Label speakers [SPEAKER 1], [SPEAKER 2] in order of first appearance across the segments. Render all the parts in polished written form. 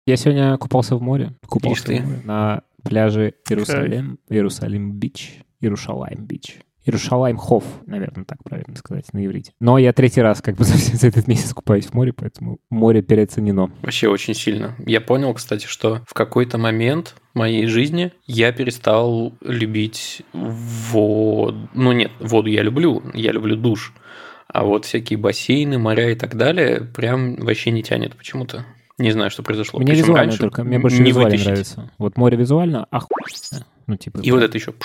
[SPEAKER 1] Я сегодня купался в море.
[SPEAKER 2] Ишь ты.
[SPEAKER 1] На пляже Иерусалим-Бич. Иерушалайм-Хоф, наверное, так правильно сказать на иврите. Но я третий раз как бы за этот месяц купаюсь в море, поэтому море переоценено.
[SPEAKER 2] Вообще очень сильно. Я понял, кстати, что в какой-то момент моей жизни я перестал любить воду. Ну нет, воду я люблю душ. А вот всякие бассейны, моря и так далее прям вообще не тянет почему-то. Не знаю, что произошло.
[SPEAKER 1] Мне
[SPEAKER 2] причем
[SPEAKER 1] визуально
[SPEAKER 2] раньше
[SPEAKER 1] только, мне больше
[SPEAKER 2] не
[SPEAKER 1] визуально
[SPEAKER 2] вытащить.
[SPEAKER 1] нравится. Вот море визуально, охуенно. Ну, типа,
[SPEAKER 2] И вот это еще.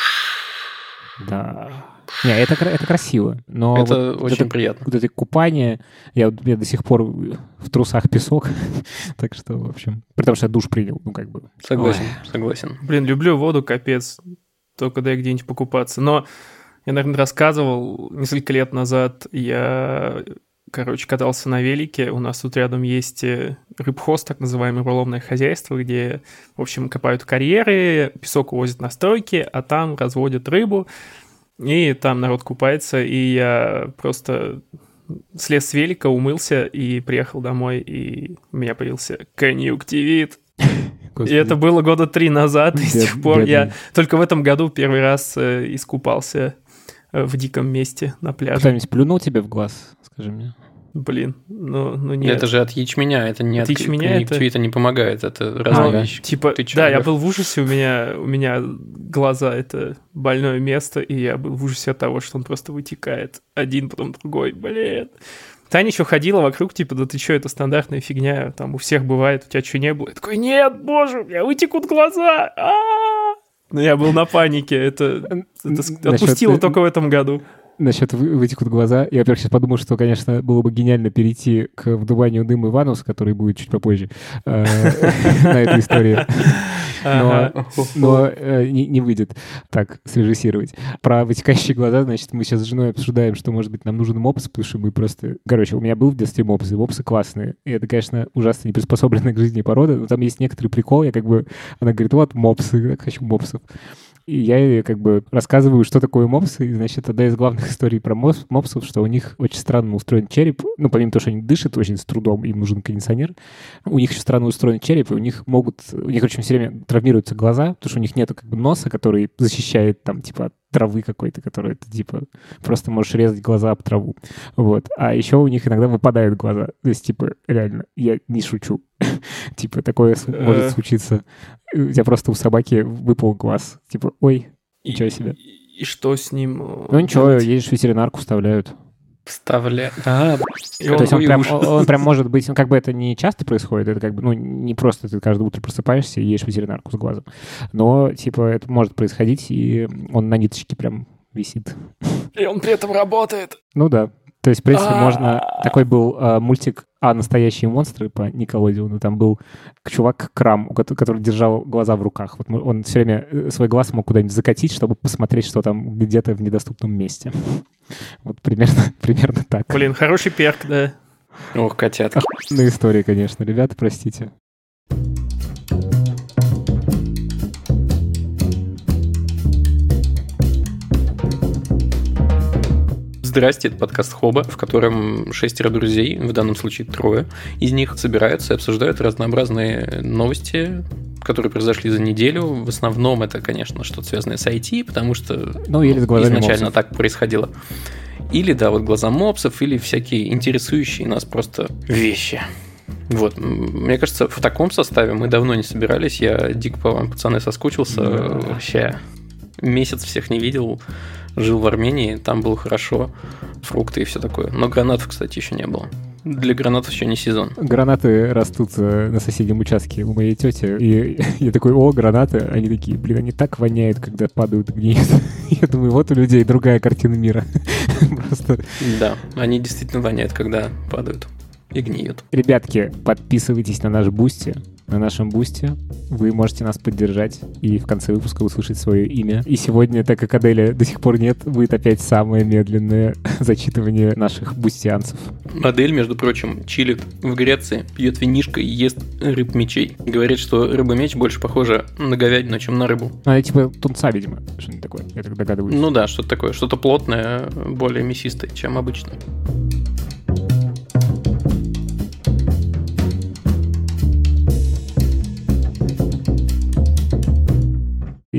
[SPEAKER 1] да. Не, это красиво, но
[SPEAKER 2] Это
[SPEAKER 1] вот
[SPEAKER 2] очень приятно.
[SPEAKER 1] Вот это купание, я до сих пор в трусах песок, так что, в общем, при том, что я душ принял, ну, как бы.
[SPEAKER 2] Согласен.
[SPEAKER 3] Блин, люблю воду, капец, только дай где-нибудь покупаться. Но я, наверное, рассказывал, несколько лет назад я, катался на велике, у нас тут рядом есть рыбхоз, так называемое рыболовное хозяйство, где, в общем, копают карьеры, песок увозят на стройки, а там разводят рыбу, и там народ купается, и я просто слез с велика, умылся и приехал домой, и у меня появился конъюнктивит. И это было 3 года назад, и с тех пор я только в этом году первый раз искупался в диком месте на пляже.
[SPEAKER 1] Кто-нибудь плюнул тебе в глаз, скажи мне?
[SPEAKER 3] Блин, ну нет.
[SPEAKER 2] Это же от ячменя, это не от конъюнктивита не помогает, это разные вещи.
[SPEAKER 3] Типа, да, я был в ужасе, у меня глаза — это больное место, и я был в ужасе от того, что он просто вытекает один, потом другой, блин. Таня еще ходила вокруг, типа, да ты что, это стандартная фигня, там у всех бывает, у тебя что, не было? Я такой, нет, боже, у меня вытекут глаза, Но я был на панике, это отпустило только в этом году.
[SPEAKER 1] Насчет вытекут глаза. Я, во-первых, сейчас подумал, что, конечно, было бы гениально перейти к вдуванию дыма Иванус, который будет чуть попозже на эту историю. Но не выйдет так срежиссировать. Про вытекающие глаза, значит, мы сейчас с женой обсуждаем, что, может быть, нам нужен мопс, потому что мы просто... Короче, у меня был в детстве мопс, и мопсы классные. И это, конечно, ужасно не приспособленная к жизни порода, но там есть некоторый прикол. Я как бы... Она говорит, вот мопсы, я хочу мопсов. И я ей как бы рассказываю, что такое мопсы. И, значит, одна из главных историй про мопсов, что у них очень странно устроен череп. Ну, помимо того, что они дышат очень с трудом, им нужен кондиционер. У них еще странно устроен череп, и у них, короче, все время травмируются глаза, потому что у них нету как бы носа, который защищает там, типа, от травы какой-то, который ты, типа, просто можешь резать глаза об траву. Вот. А еще у них иногда выпадают глаза. То есть, типа, реально, я не шучу. Типа, такое может случиться. У тебя просто у собаки выпал глаз. Типа, ой, ничего себе.
[SPEAKER 3] И что с ним?
[SPEAKER 1] Ну ничего, едешь в ветеринарку, вставляют.
[SPEAKER 2] То
[SPEAKER 1] есть он прям может быть, ну, как бы это не часто происходит, это как бы, ну, не просто ты каждое утро просыпаешься и едешь в ветеринарку с глазом. Но, типа, это может происходить, и он на ниточке прям висит.
[SPEAKER 3] И он при этом работает.
[SPEAKER 1] Ну да. То есть, в принципе, можно... Такой был мультик «Настоящие монстры» по Никелодеону. Там был чувак Крам, который держал глаза в руках. Вот он все время свой глаз мог куда-нибудь закатить, чтобы посмотреть, что там где-то в недоступном месте. Вот примерно так.
[SPEAKER 3] Блин, хороший перк, да.
[SPEAKER 2] Ох, котята.
[SPEAKER 1] Охуенная история, конечно. Ребята, простите.
[SPEAKER 2] Здрасте, это подкаст Хоба, в котором 6 друзей, в данном случае 3 из них, собираются и обсуждают разнообразные новости, которые произошли за неделю. В основном это, конечно, что-то связанное с IT, потому что изначально так происходило. Или, да, вот глаза мопсов, или всякие интересующие нас просто вещи. Вот, мне кажется, в таком составе мы давно не собирались. Я дико по вам, пацаны, соскучился. Вообще, месяц всех не видел. Жил в Армении, там было хорошо, фрукты и все такое. Но гранатов, кстати, еще не было. Для гранатов еще не сезон.
[SPEAKER 1] Гранаты растут на соседнем участке у моей тети. И я такой, гранаты. Они такие, блин, они так воняют, когда падают и гниют. Я думаю, вот у людей другая картина мира. Просто...
[SPEAKER 2] Да, они действительно воняют, когда падают и гниют.
[SPEAKER 1] Ребятки, подписывайтесь на наш Бусти. На нашем Бусте вы можете нас поддержать и в конце выпуска услышать свое имя. И сегодня, так как Аделя до сих пор нет, будет опять самое медленное зачитывание наших бустианцев.
[SPEAKER 2] Адель, между прочим, чилит в Греции, пьет винишко и ест рыб-мечей. Говорит, что рыба-меч больше похожа на говядину, чем на рыбу.
[SPEAKER 1] Она типа тунца, видимо, что-нибудь такое, я так догадываюсь.
[SPEAKER 2] Ну да, что-то такое, что-то плотное, более мясистое, чем обычно.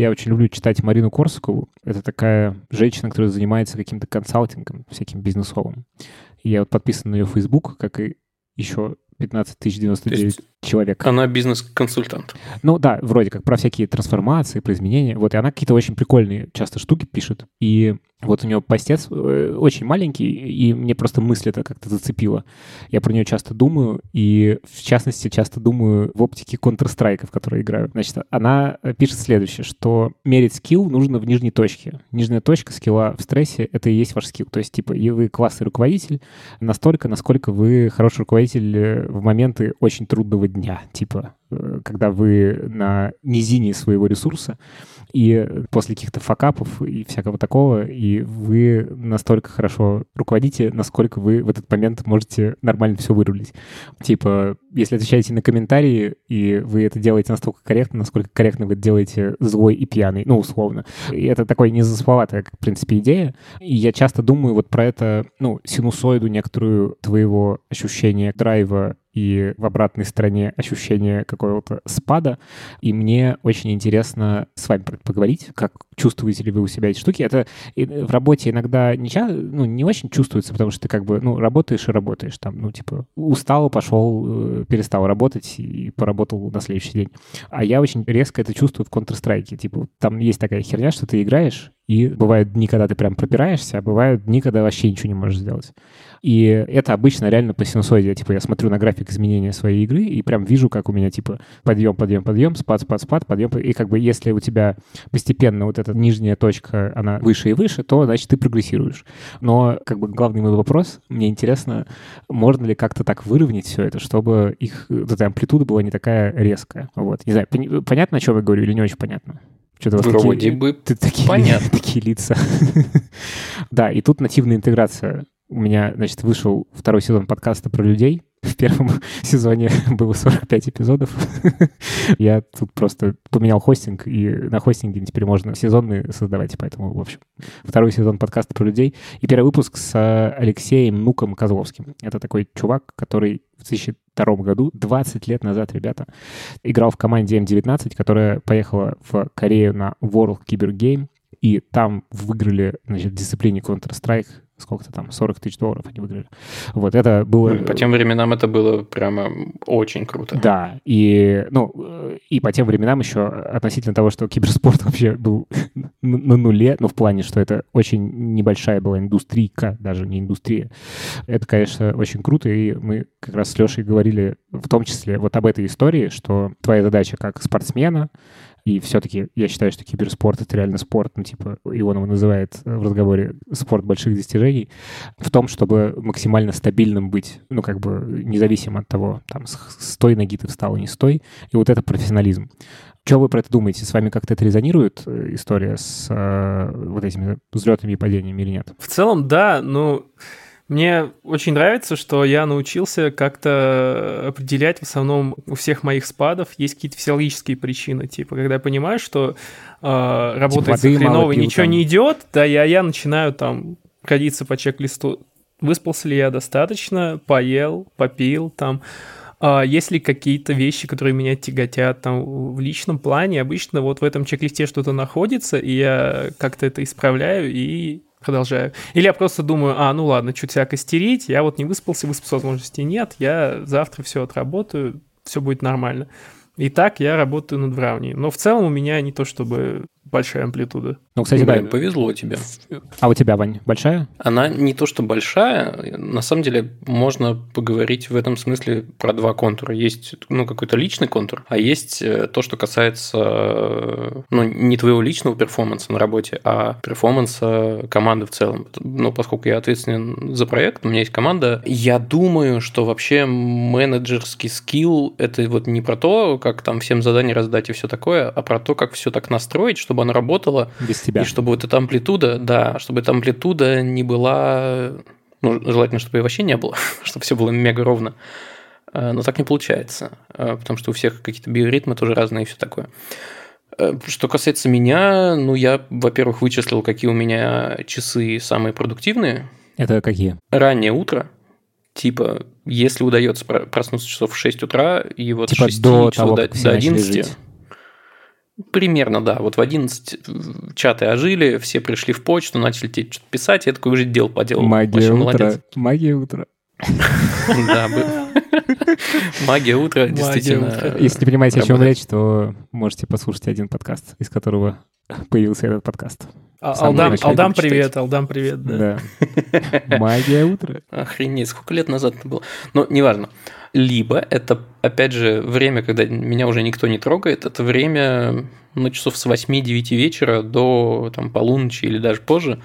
[SPEAKER 1] я очень люблю читать Марину Корсакову. Это такая женщина, которая занимается каким-то консалтингом, всяким бизнесовым. И я вот подписан на ее Facebook, как и еще 15 099 человек.
[SPEAKER 2] Она бизнес-консультант.
[SPEAKER 1] Ну да, вроде как про всякие трансформации, про изменения. Вот, и она какие-то очень прикольные часто штуки пишет. И вот у нее постец очень маленький, и мне просто мысль это как-то зацепила. Я про нее часто думаю, и в частности часто думаю в оптике Counter-Strike, в которой играю. Значит, она пишет следующее, что мерить скилл нужно в нижней точке. Нижняя точка скилла в стрессе — это и есть ваш скилл. То есть, типа, и вы классный руководитель настолько, насколько вы хороший руководитель в моменты очень трудного дня. Типа, когда вы на низине своего ресурса, и после каких-то факапов и всякого такого, и вы настолько хорошо руководите, насколько вы в этот момент можете нормально все вырулить. Типа, если отвечаете на комментарии, и вы это делаете настолько корректно, насколько корректно вы это делаете злой и пьяный, ну, условно. И это такая незасловатая, в принципе, идея. И я часто думаю вот про это, ну, синусоиду некоторую твоего ощущения драйва и в обратной стороне ощущение какого-то спада. И мне очень интересно с вами поговорить, как чувствуете ли вы у себя эти штуки. Это в работе иногда не очень чувствуется, потому что ты как бы, работаешь и работаешь. Там, типа, устал, пошел, перестал работать и поработал на следующий день. А я очень резко это чувствую в Counter-Strike. Типа, там есть такая херня, что ты играешь, и бывают дни, когда ты прям пропираешься, а бывают дни, когда вообще ничего не можешь сделать. И это обычно реально по синусоиде. Типа, я смотрю на график изменения своей игры и прям вижу, как у меня, типа, подъем, спад, подъем. И как бы если у тебя постепенно вот эта нижняя точка, она выше и выше, то, значит, ты прогрессируешь. Но, как бы, главный мой вопрос, мне интересно, можно ли как-то так выровнять все это, чтобы их вот эта амплитуда была не такая резкая. Вот. Не знаю, понятно, о чем я говорю, или не очень понятно? Что-то
[SPEAKER 2] вроде бы понятно.
[SPEAKER 1] Такие лица. Да, и тут нативная интеграция. У меня, значит, вышел 2-й сезон подкаста про людей. В первом сезоне было 45 эпизодов. Я тут просто поменял хостинг, и на хостинге теперь можно сезонные создавать. Поэтому, в общем, 2-й сезон подкаста про людей. И первый выпуск с Алексеем Нуком Козловским. Это такой чувак, который в 2002 году, 20 лет назад, ребята, играл в команде М19, которая поехала в Корею на World Cyber Game, и там выиграли, значит, в дисциплине Counter-Strike сколько-то там, $40 000 они выиграли. Вот, это было...
[SPEAKER 2] По тем временам это было прямо очень круто.
[SPEAKER 1] Да, и по тем временам еще относительно того, что киберспорт вообще был на нуле, в плане, что это очень небольшая была индустрийка, даже не индустрия. Это, конечно, очень круто, и мы как раз с Лешей говорили в том числе вот об этой истории, что твоя задача как спортсмена, и все-таки я считаю, что киберспорт — это реально спорт, типа Ионова называет в разговоре спорт больших достижений, в том, чтобы максимально стабильным быть, как бы независимо от того, там, с той ноги ты встал, не с той, и вот это профессионализм. Что вы про это думаете? С вами как-то это резонирует, история с вот этими взлетами и падениями или нет?
[SPEAKER 3] В целом, да, мне очень нравится, что я научился как-то определять, в основном у всех моих спадов есть какие-то физиологические причины. Типа, когда я понимаю, что работает хреново, ничего не идет, да, я начинаю там ходиться по чек-листу. Выспался ли я достаточно, поел, попил, там. Есть ли какие-то вещи, которые меня тяготят там в личном плане? Обычно вот в этом чек-листе что-то находится, и я как-то это исправляю и продолжаю. Или я просто думаю, ладно, что тебя костерить, я вот не выспался, возможности нет, я завтра все отработаю, все будет нормально. И так я работаю над Брауни. Но в целом у меня не то чтобы большая амплитуда.
[SPEAKER 1] Кстати, да,
[SPEAKER 2] повезло тебе.
[SPEAKER 1] А у тебя, Вань, большая?
[SPEAKER 2] Она не то что большая. На самом деле можно поговорить в этом смысле про два контура. Есть какой-то личный контур, а есть то, что касается не твоего личного перформанса на работе, а перформанса команды в целом. Поскольку я ответственен за проект, у меня есть команда, я думаю, что вообще менеджерский скилл – это вот не про то, как там всем задания раздать и все такое, а про то, как все так настроить, чтобы оно работало.
[SPEAKER 1] Без тебя.
[SPEAKER 2] И чтобы вот эта амплитуда, чтобы эта амплитуда не была... желательно, чтобы ее вообще не было, чтобы все было мега ровно. Но так не получается, потому что у всех какие-то биоритмы тоже разные и все такое. Что касается меня, я, во-первых, вычислил, какие у меня часы самые продуктивные.
[SPEAKER 1] Это какие?
[SPEAKER 2] Раннее утро. Типа, если удается проснуться часов в 6 утра, и вот с 6
[SPEAKER 1] до
[SPEAKER 2] часов до 11... Примерно, да. Вот в 11 чаты ожили, все пришли в почту, начали тебе что-то писать, я такой уже дело поделал.
[SPEAKER 1] Магия утра. Магия утра.
[SPEAKER 2] Да, магия утра, действительно.
[SPEAKER 1] Если не понимаете, о чем речь, то можете послушать один подкаст, из которого появился этот подкаст.
[SPEAKER 3] Алдам, привет.
[SPEAKER 1] Да. Магия утра.
[SPEAKER 2] Охренеть, сколько лет назад это было. Но неважно. Либо это, опять же, время, когда меня уже никто не трогает, это время, часов с 8-9 вечера до полуночи или даже позже.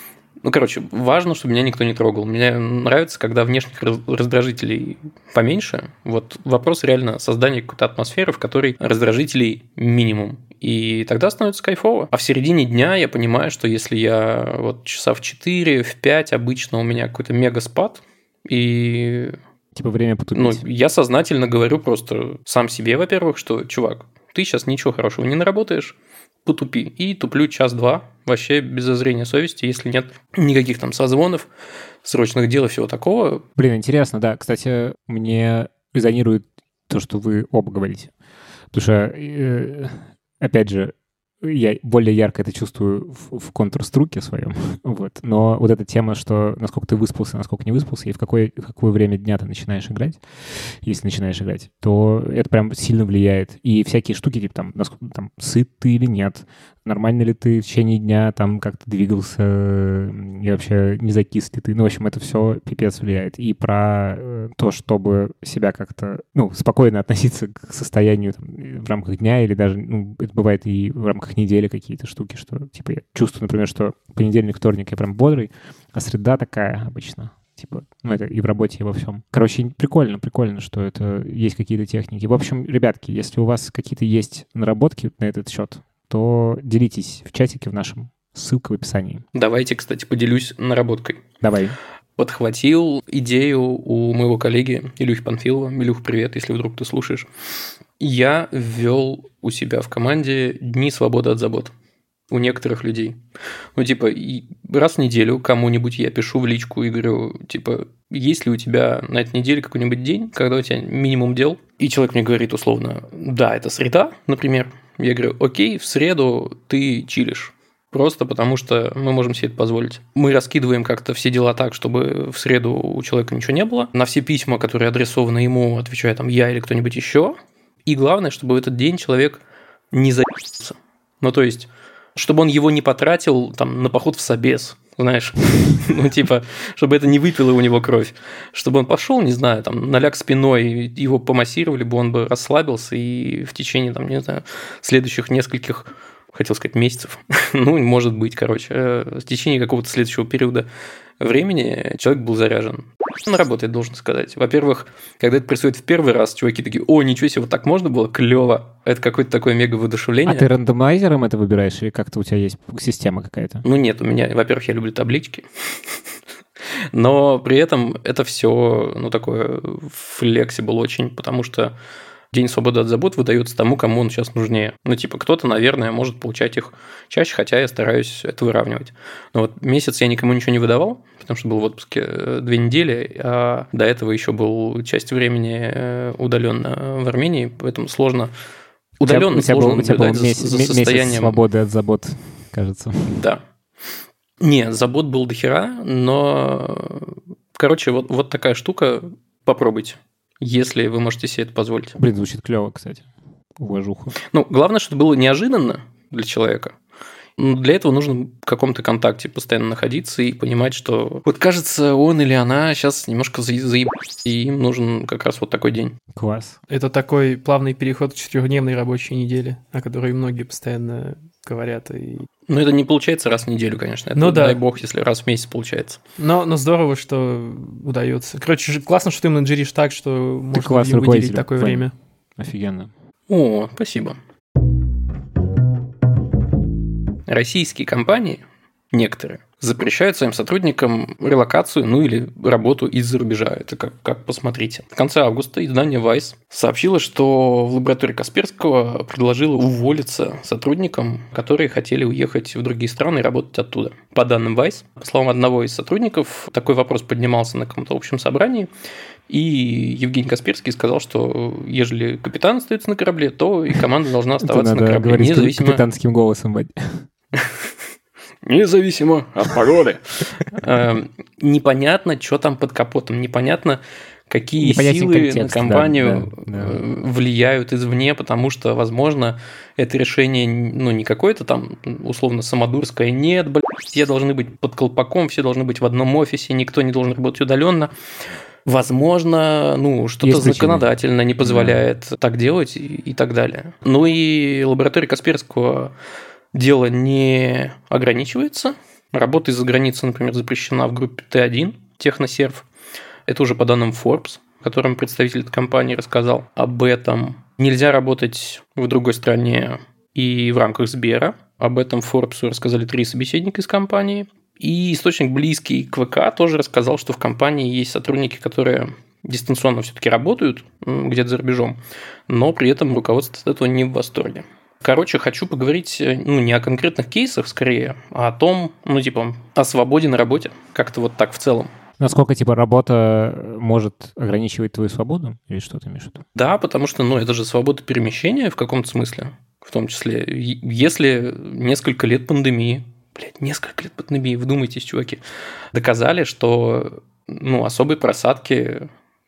[SPEAKER 2] Важно, чтобы меня никто не трогал. Мне нравится, когда внешних раздражителей поменьше. Вот вопрос реально создания какой-то атмосферы, в которой раздражителей минимум. И тогда становится кайфово. А в середине дня я понимаю, что если я часа в 4, в 5 обычно у меня какой-то мега-спад, и...
[SPEAKER 1] Типа время потупить.
[SPEAKER 2] Я сознательно говорю просто сам себе, во-первых, что, чувак, ты сейчас ничего хорошего не наработаешь, потупи. И туплю час-два, вообще без зазрения совести, если нет никаких созвонов, срочных дел и всего такого.
[SPEAKER 1] Блин, интересно, да. Кстати, мне резонирует то, что вы оба говорите. Потому что, опять же, я более ярко это чувствую в контрструке своем. Вот. Но вот эта тема, что насколько ты выспался, насколько не выспался, и в какое время дня ты начинаешь играть, если начинаешь играть, то это прям сильно влияет. И всякие штуки, типа насколько сыт ты или нет, нормально ли ты в течение дня как-то двигался, и вообще не закис ли ты. В общем, это все пипец влияет. И про то, чтобы себя как-то, спокойно относиться к состоянию в рамках дня, или даже, это бывает и в рамках недели какие-то штуки, что, типа, я чувствую, например, что понедельник, вторник я прям бодрый, а среда такая обычно. Типа, это и в работе, и во всем. Короче, прикольно, что это есть какие-то техники. В общем, ребятки, если у вас какие-то есть наработки на этот счет, то делитесь в чатике в нашем. Ссылка в описании.
[SPEAKER 2] Давайте, кстати, поделюсь наработкой.
[SPEAKER 1] Давай.
[SPEAKER 2] Подхватил идею у моего коллеги Илюхи Панфилова. Илюх, привет, если вдруг ты слушаешь. Я ввел у себя в команде дни свободы от забот у некоторых людей. Раз в неделю кому-нибудь я пишу в личку и говорю, есть ли у тебя на этой неделе какой-нибудь день, когда у тебя минимум дел? И человек мне говорит условно, да, это среда, например. Я говорю, окей, в среду ты чилишь. Просто потому, что мы можем себе это позволить. Мы раскидываем как-то все дела так, чтобы в среду у человека ничего не было. На все письма, которые адресованы ему, отвечаю я или кто-нибудь еще. И главное, чтобы в этот день человек не заебался. То есть, чтобы он его не потратил на поход в собес, знаешь. Чтобы это не выпило у него кровь. Чтобы он пошел, не знаю, наляг спиной, его помассировали бы, он бы расслабился, и в течение, следующих нескольких, хотел сказать, месяцев, может быть, в течение какого-то следующего периода времени человек был заряжен. Он работает, должен сказать. Во-первых, когда это происходит в первый раз, чуваки такие, о, ничего себе, вот так можно было, клево. Это какое-то такое мега воодушевление.
[SPEAKER 1] А ты рандомайзером это выбираешь, или как-то у тебя есть система какая-то?
[SPEAKER 2] Нет, у меня, во-первых, я люблю таблички. Но при этом это все, такое flexible очень, потому что День свободы от забот выдается тому, кому он сейчас нужнее. Кто-то, наверное, может получать их чаще, хотя я стараюсь это выравнивать. Но месяц я никому ничего не выдавал, потому что был в отпуске 2 недели, а до этого еще был часть времени удаленно в Армении, поэтому сложно. Удаленно сложно наблюдать за состоянием.
[SPEAKER 1] Месяц свободы от забот, кажется.
[SPEAKER 2] Да. Не, забот был дохера, но, вот такая штука, попробуйте. Если вы можете себе это позволить.
[SPEAKER 1] Блин, звучит клево, кстати. Уважуха.
[SPEAKER 2] Главное, чтобы было неожиданно для человека. Для этого нужно в каком-то контакте постоянно находиться и понимать, что кажется, он или она сейчас немножко заебался, и им нужен как раз такой день.
[SPEAKER 1] Класс.
[SPEAKER 3] Это такой плавный переход к 4-дневной рабочей неделе, о которой многие постоянно говорят.
[SPEAKER 2] Это не получается раз в неделю, конечно. Это, дай бог, если раз в месяц получается.
[SPEAKER 3] Но здорово, что удается. Классно, что ты менеджеришь так, что можно им выделить такое время.
[SPEAKER 1] Офигенно.
[SPEAKER 2] О, спасибо. Российские компании, некоторые, запрещают своим сотрудникам релокацию, или работу из-за рубежа. Это как посмотрите. В конце августа издание Vice сообщило, что в лаборатории Касперского предложило уволиться сотрудникам, которые хотели уехать в другие страны и работать оттуда. По данным Vice, по словам одного из сотрудников, такой вопрос поднимался на каком-то общем собрании. И Евгений Касперский сказал, что ежели капитан остается на корабле, то и команда должна оставаться на корабле.
[SPEAKER 1] Надо говорить капитанским голосом.
[SPEAKER 2] Независимо от погоды. Непонятно, что там под капотом, непонятно, какие силы на компанию влияют извне, потому что, возможно, это решение, не какое-то там, условно, самодурское. Нет, все должны быть под колпаком, все должны быть в одном офисе, никто не должен работать удаленно. Возможно, что-то законодательно не позволяет так делать и так далее. Ну и лаборатория Касперского дело не ограничивается. Работа из-за границы, например, запрещена в группе Т1 Техносерв. Это уже по данным Forbes, которым представитель этой компании рассказал об этом. Нельзя работать в другой стране и в рамках Сбера. Об этом Forbes рассказали 3 собеседника из компании. И источник, близкий к ВК, тоже рассказал, что в компании есть сотрудники, которые дистанционно все-таки работают где-то за рубежом, но при этом руководство от этого не в восторге. Короче, хочу поговорить не о конкретных кейсах скорее, а о том, о свободе на работе. Как-то вот так в целом.
[SPEAKER 1] Насколько, работа может ограничивать твою свободу? Или что ты имеешь в виду?
[SPEAKER 2] Да, потому что, это же свобода перемещения в каком-то смысле, в том числе. Если несколько лет пандемии, вдумайтесь, чуваки, доказали, что, особой просадки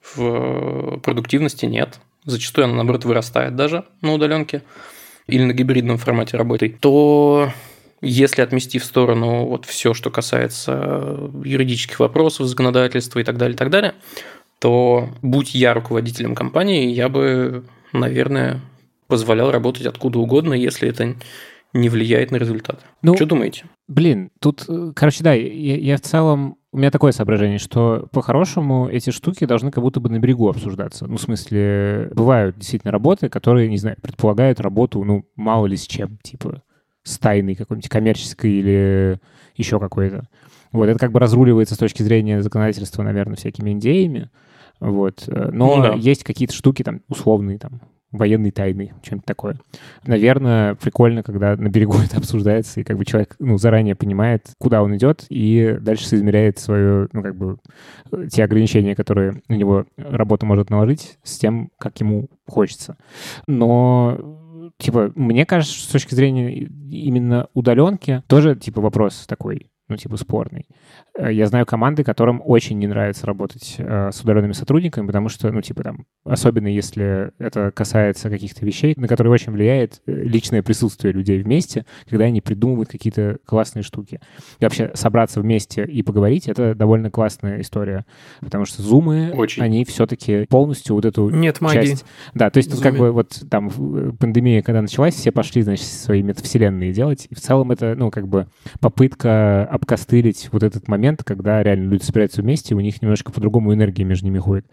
[SPEAKER 2] в продуктивности нет. Зачастую она, наоборот, вырастает даже на удаленке или на гибридном формате работы, то если отмести в сторону все, что касается юридических вопросов, законодательства и так далее, то, будь я руководителем компании, я бы, наверное, позволял работать откуда угодно, если это не влияет на результаты. Что думаете?
[SPEAKER 1] Тут, да, я в целом... У меня такое соображение, что по-хорошему эти штуки должны как будто бы на берегу обсуждаться. В смысле, бывают действительно работы, которые, не знаю, предполагают работу, мало ли с чем, с тайной какой-нибудь коммерческой или еще какой-то. Это разруливается с точки зрения законодательства, наверное, всякими NDA-ами. Но есть какие-то штуки условные, военной тайны, что-нибудь такое. Наверное, прикольно, когда на берегу это обсуждается, и человек заранее понимает, куда он идет, и дальше соизмеряет свое, те ограничения, которые на него работа может наложить, с тем, как ему хочется. Но мне кажется, что с точки зрения именно удаленки тоже, вопрос такой, спорный. Я знаю команды, которым очень не нравится работать с удаленными сотрудниками, потому что, особенно если это касается каких-то вещей, на которые очень влияет личное присутствие людей вместе, когда они придумывают какие-то классные штуки. И вообще собраться вместе и поговорить — это довольно классная история, потому что зумы, они все-таки полностью эту
[SPEAKER 3] Нет
[SPEAKER 1] часть...
[SPEAKER 3] магии.
[SPEAKER 1] Да, то есть пандемия, когда началась, все пошли, свои метавселенные делать, и в целом это, попытка обкостылить этот момент, когда реально люди собираются вместе, и у них немножко по-другому энергия между ними ходит.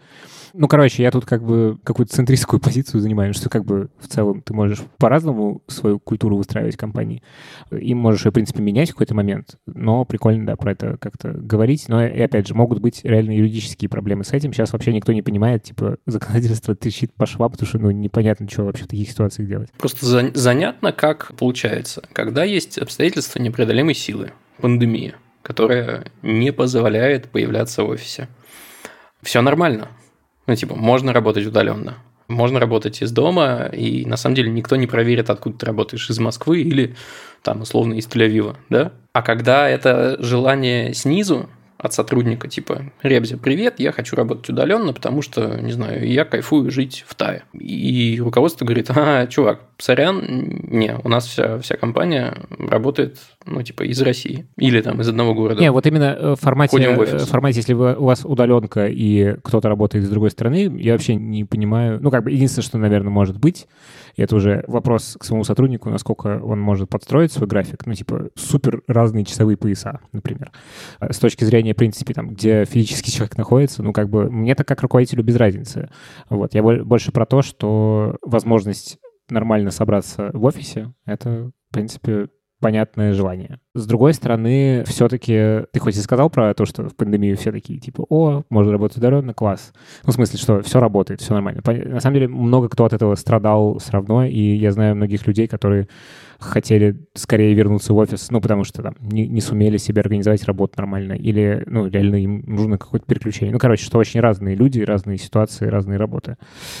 [SPEAKER 1] Я тут какую-то центристскую позицию занимаю, что в целом ты можешь по-разному свою культуру выстраивать в компании, и можешь ее, в принципе, менять в какой-то момент, но прикольно, да, про это как-то говорить. Но, и опять же, могут быть реально юридические проблемы с этим. Сейчас вообще никто не понимает, законодательство трещит по швам, потому что, непонятно, что вообще в таких ситуациях делать.
[SPEAKER 2] Просто занятно, как получается, когда есть обстоятельства непреодолимой силы, пандемия, которая не позволяет появляться в офисе. Все нормально. Можно работать удаленно. Можно работать из дома, и на самом деле никто не проверит, откуда ты работаешь, из Москвы или, условно, из Тель-Авива, да? А когда это желание снизу, от сотрудника, Ребзя, привет, я хочу работать удаленно, потому что, не знаю, я кайфую жить в Тае. И руководство говорит, чувак, сорян, не, у нас вся компания работает, из России. Или из одного города.
[SPEAKER 1] Не, именно в формате, если у вас удаленка и кто-то работает с другой стороны, я вообще не понимаю. Единственное, что, наверное, может быть, это уже вопрос к своему сотруднику, насколько он может подстроить свой график. Супер разные часовые пояса, например. С точки зрения, в принципе, где физически человек находится, мне-то как руководителю без разницы. Я больше про то, что возможность нормально собраться в офисе — это, в принципе, понятное желание. С другой стороны, все-таки ты хоть и сказал про то, что в пандемию все такие, типа, можно работать удаленно, класс. Ну, в смысле, что все работает, все нормально. На самом деле, много кто от этого страдал все равно, и я знаю многих людей, которые хотели скорее вернуться в офис, потому что там не сумели себе организовать работу нормально, или, реально им нужно какое-то переключение. Что очень разные люди, разные ситуации, разные работы.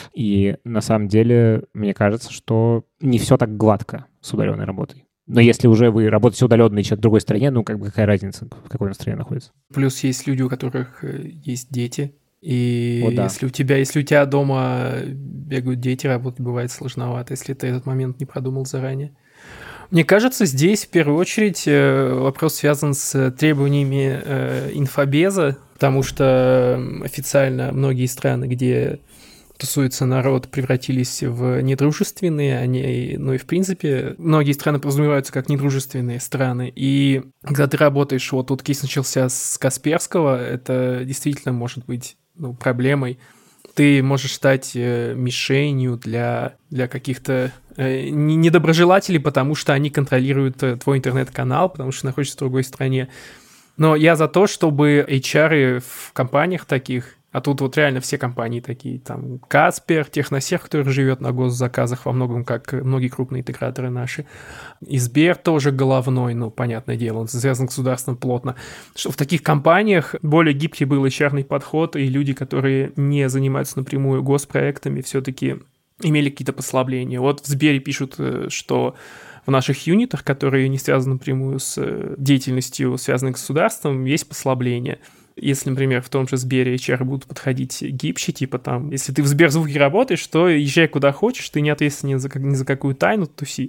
[SPEAKER 1] И на самом деле, мне кажется, что не все так гладко с удаленной работой. Но если уже вы работаете удаленно, и человек в другой стране, какая разница, в какой он стране находится?
[SPEAKER 3] Плюс есть люди, у которых есть дети. И
[SPEAKER 1] да.
[SPEAKER 3] если у тебя дома бегают дети, работать бывает сложновато, если ты этот момент не продумал заранее. Мне кажется, здесь в первую очередь вопрос связан с требованиями инфобеза, потому что официально многие страны, где тусуется народ, превратились в недружественные, и в принципе многие страны подразумеваются как недружественные страны. И когда ты работаешь, тут кейс начался с Касперского, это действительно может быть проблемой. Ты можешь стать мишенью для каких-то недоброжелателей, потому что они контролируют твой интернет-канал, потому что находишься в другой стране. Но я за то, чтобы HR в компаниях таких, а тут реально все компании такие, там Каспер, Техносерв, который живет на госзаказах во многом, как многие крупные интеграторы наши, и Сбер тоже головной, понятное дело, он связан с государством плотно, что в таких компаниях более гибкий был HR-ный подход, и люди, которые не занимаются напрямую госпроектами, все-таки имели какие-то послабления. В Сбере пишут, что в наших юнитах, которые не связаны напрямую с деятельностью, связанной с государством, есть послабления. Если, например, в том же Сбере HR будут подходить гибче, типа там, если ты в Сберзвуке работаешь, то езжай куда хочешь, ты не ответственен ни за какую тайну, туси.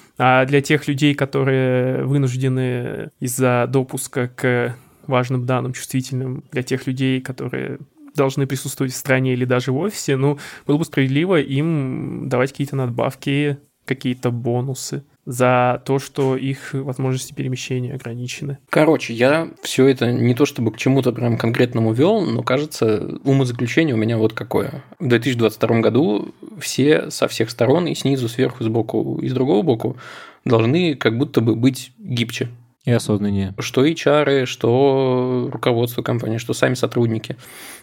[SPEAKER 3] А для тех людей, которые вынуждены из-за допуска к важным данным, чувствительным, для тех людей, которые должны присутствовать в стране или даже в офисе, было бы справедливо им давать какие-то надбавки, какие-то бонусы за то, что их возможности перемещения ограничены.
[SPEAKER 2] Короче, я все это не то чтобы к чему-то прям конкретному вел, но, кажется, умозаключение у меня вот какое. В 2022 году все со всех сторон, и снизу, сверху, сбоку и с другого боку, должны как будто бы быть гибче.
[SPEAKER 1] И осознаннее.
[SPEAKER 2] Что HR, что руководство компании, что сами сотрудники.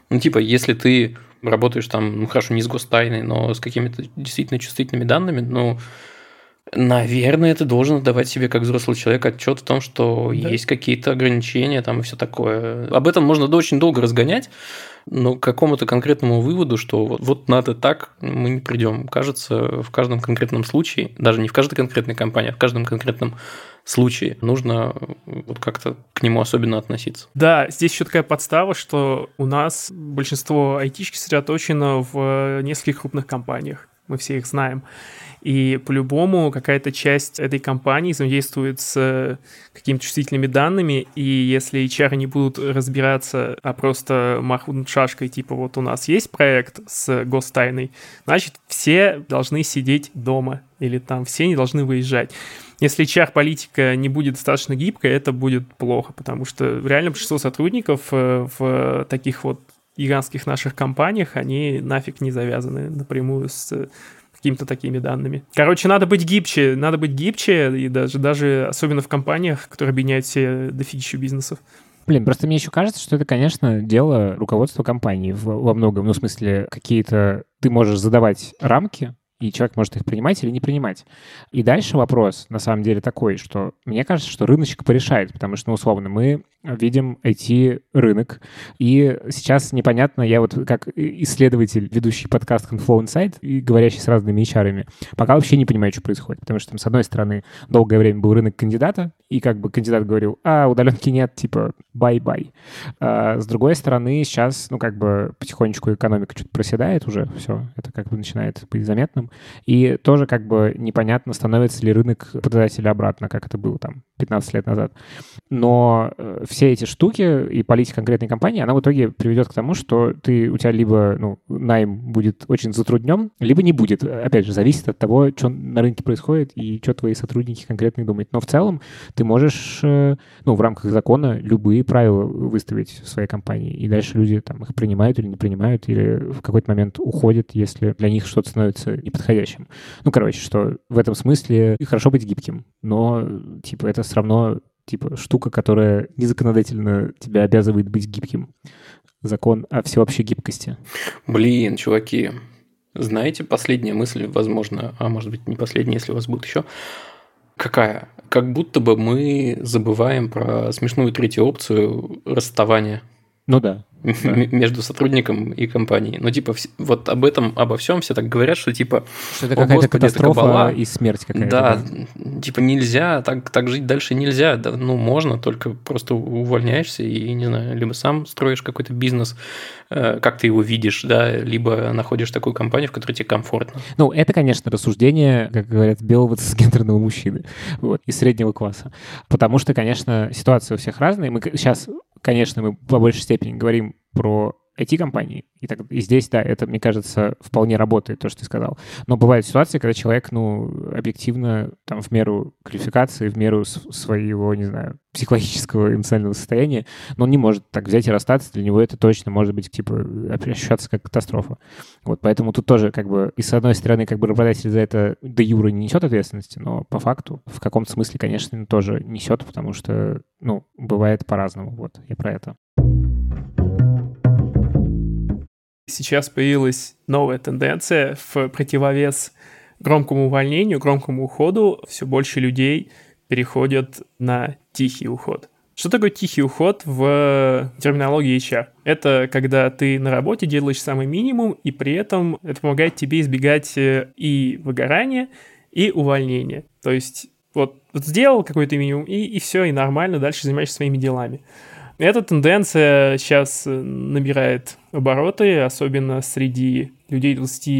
[SPEAKER 2] Если ты работаешь там, хорошо, не с гостайной, но с какими-то действительно чувствительными данными, наверное, ты должен отдавать себе как взрослый человек отчет в том, что есть какие-то ограничения там и все такое. Об этом можно очень долго разгонять, но к какому-то конкретному выводу, что вот надо так, мы не придем. Кажется, в каждом конкретном случае, даже не в каждой конкретной компании, а в каждом конкретном случае нужно как-то к нему особенно относиться.
[SPEAKER 3] Да, здесь еще такая подстава, что у нас большинство айтишки сосредоточено в нескольких крупных компаниях. Мы все их знаем. И по-любому какая-то часть этой компании взаимодействует с какими-то чувствительными данными, и если HR не будут разбираться, а просто махнут шашкой, типа у нас есть проект с гостайной, значит, все должны сидеть дома, или там все не должны выезжать. Если HR-политика не будет достаточно гибкой, это будет плохо, потому что реально большинство сотрудников в таких гигантских наших компаниях, они нафиг не завязаны напрямую с какими-то такими данными. Короче, надо быть гибче, и даже особенно в компаниях, которые объединяют все дофигища бизнесов.
[SPEAKER 1] Просто мне еще кажется, что это, конечно, дело руководства компании во многом. В смысле, какие-то... Ты можешь задавать рамки, и человек может их принимать или не принимать. И дальше вопрос, на самом деле, такой, что мне кажется, что рыночек порешает, потому что, условно, мы видим IT-рынок, и сейчас непонятно, я как исследователь, ведущий подкаст Conflow Insight и говорящий с разными HR-ами, пока вообще не понимаю, что происходит, потому что, с одной стороны, долгое время был рынок кандидата, и кандидат говорил, удаленки нет, типа, бай-бай. С другой стороны, сейчас, потихонечку экономика что-то проседает уже, все, это начинает быть заметным, и тоже непонятно, становится ли рынок показателя обратно, как это было 15 лет назад. Но в все эти штуки и политика конкретной компании, она в итоге приведет к тому, что у тебя либо найм будет очень затруднен, либо не будет. Опять же, зависит от того, что на рынке происходит и что твои сотрудники конкретно думают. Но в целом ты можешь, в рамках закона любые правила выставить в своей компании, и дальше люди там их принимают или не принимают, или в какой-то момент уходят, если для них что-то становится неподходящим. Что в этом смысле хорошо быть гибким, но, это все равно, штука, которая незаконодательно тебя обязывает быть гибким. Закон о всеобщей гибкости.
[SPEAKER 2] Блин, чуваки, знаете, последняя мысль, возможно, а может быть не последняя, если у вас будет еще. Какая? Как будто бы мы забываем про смешную третью опцию расставания.
[SPEAKER 1] Ну да.
[SPEAKER 2] Между сотрудником и компанией. Вот обо всем все так говорят, что
[SPEAKER 1] что это какая-то катастрофа и смерть какая-то.
[SPEAKER 2] Да, нельзя, так жить дальше нельзя. Да, можно, только просто увольняешься и, не знаю, либо сам строишь какой-то бизнес, как ты его видишь, да, либо находишь такую компанию, в которой тебе комфортно.
[SPEAKER 1] Это, конечно, рассуждение, как говорят, белого цисгендерного мужчины, из среднего класса. Потому что, конечно, ситуации у всех разные. Мы сейчас, конечно, мы по большей степени говорим про IT-компании, и здесь, да, это, мне кажется, вполне работает, то, что ты сказал. Но бывают ситуации, когда человек, объективно, в меру квалификации, в меру своего, не знаю, психологического, эмоционального состояния, но он не может так взять и расстаться, для него это точно может быть, ощущаться как катастрофа. Поэтому тут тоже, и с одной стороны, работодатель за это де юре не несет ответственности, но по факту, в каком-то смысле, конечно, тоже несет, потому что, бывает по-разному. Я про это.
[SPEAKER 3] Сейчас появилась новая тенденция в противовес громкому увольнению, громкому уходу. Все больше людей переходят на тихий уход. Что такое тихий уход в терминологии HR? Это когда ты на работе делаешь самый минимум, и при этом это помогает тебе избегать и выгорания, и увольнения. То есть вот сделал какой-то минимум, и все, и нормально, дальше занимаешься своими делами. Эта тенденция сейчас набирает обороты, особенно среди людей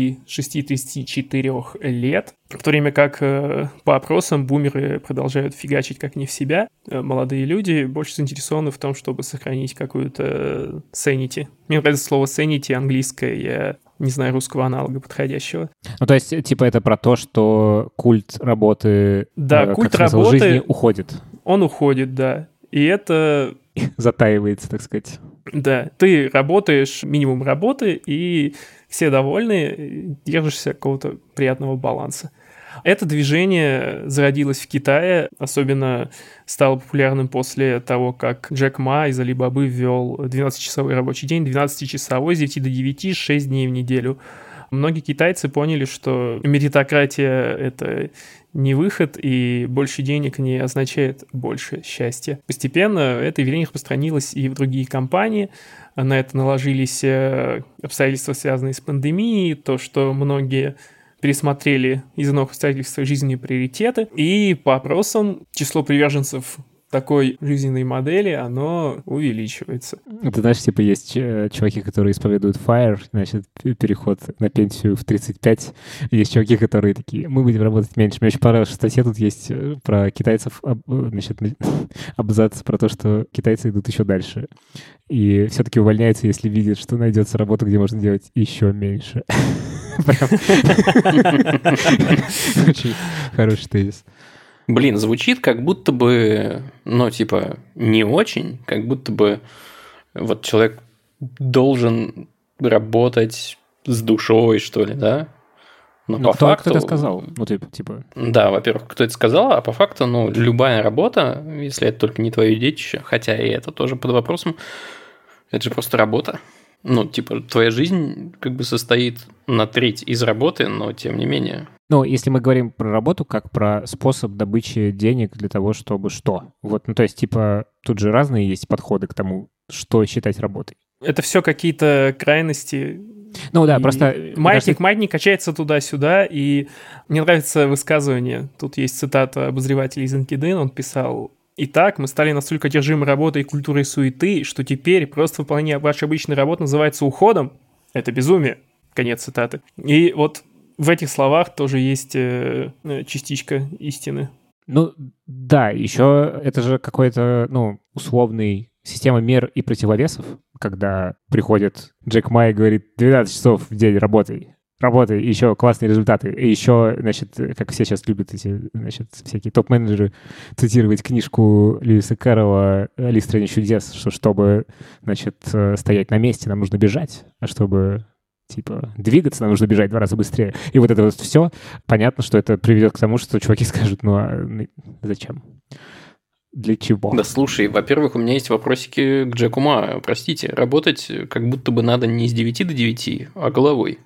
[SPEAKER 3] 26-34 лет, в то время как по опросам бумеры продолжают фигачить как не в себя. Молодые люди больше заинтересованы в том, чтобы сохранить какую-то sanity. Мне нравится слово sanity английское, я не знаю русского аналога подходящего.
[SPEAKER 1] То есть, это про то, что культ работы,
[SPEAKER 3] культ работы
[SPEAKER 1] жизни уходит.
[SPEAKER 3] Он уходит, да. И это...
[SPEAKER 1] затаивается, так сказать.
[SPEAKER 3] Да, ты работаешь, минимум работы, и все довольны, держишься какого-то приятного баланса. Это движение зародилось в Китае, особенно стало популярным после того, как Джек Ма из Alibaba ввел 12-часовой рабочий день, 12-часовой с 9 до 9, 6 дней в неделю. Многие китайцы поняли, что меритократия — это не выход, и больше денег не означает больше счастья. Постепенно это явление распространилось и в другие компании. На это наложились обстоятельства, связанные с пандемией, то, что многие пересмотрели из-за новых обстоятельств свои жизненные приоритеты. И по опросам число приверженцев такой жизненной модели, оно увеличивается.
[SPEAKER 1] Ты знаешь, есть чуваки, которые исповедуют FIRE, значит, переход на пенсию в 35. Есть чуваки, которые такие, мы будем работать меньше. Мне очень понравилась статья, тут есть про китайцев, значит, абзац про то, что китайцы идут еще дальше. И все-таки увольняются, если видят, что найдется работа, где можно делать еще меньше. Очень хороший тезис.
[SPEAKER 2] Блин, звучит как будто бы, не очень, как будто бы человек должен работать с душой, что ли, да?
[SPEAKER 1] Но по факту... Кто это сказал?
[SPEAKER 2] Да, во-первых, кто это сказал, а по факту, любая работа, если это только не твое детище, хотя и это тоже под вопросом, это же просто работа. Твоя жизнь состоит на треть из работы, но тем не менее...
[SPEAKER 1] Если мы говорим про работу как про способ добычи денег для того, чтобы что? Тут же разные есть подходы к тому, что считать работой.
[SPEAKER 3] Это все какие-то крайности.
[SPEAKER 1] Просто...
[SPEAKER 3] Маятник качается туда-сюда, и мне нравится высказывание. Тут есть цитата обозревателя из LinkedIn, он писал: «Итак, мы стали настолько одержимы работой и культурой суеты, что теперь просто выполнение вашей обычной работы называется уходом. Это безумие». Конец цитаты. И в этих словах тоже есть частичка истины.
[SPEAKER 1] Да, еще это же какой-то, условный система мер и противовесов, когда приходит Джек Ма и говорит: 12 часов в день работай, еще классные результаты. И еще, значит, как все сейчас любят эти, значит, всякие топ-менеджеры цитировать книжку Льюиса Кэрролла «Алиса в стране чудес», что чтобы, значит, стоять на месте, нам нужно бежать, а чтобы, типа, двигаться, нам нужно бежать в 2 раза быстрее. И вот это вот все, понятно, что это приведет к тому, что чуваки скажут: ну а зачем? Для чего?
[SPEAKER 2] Да слушай, во-первых, у меня есть вопросики к Джеку Ма. Простите, работать как будто бы надо не с 9 до 9, а головой.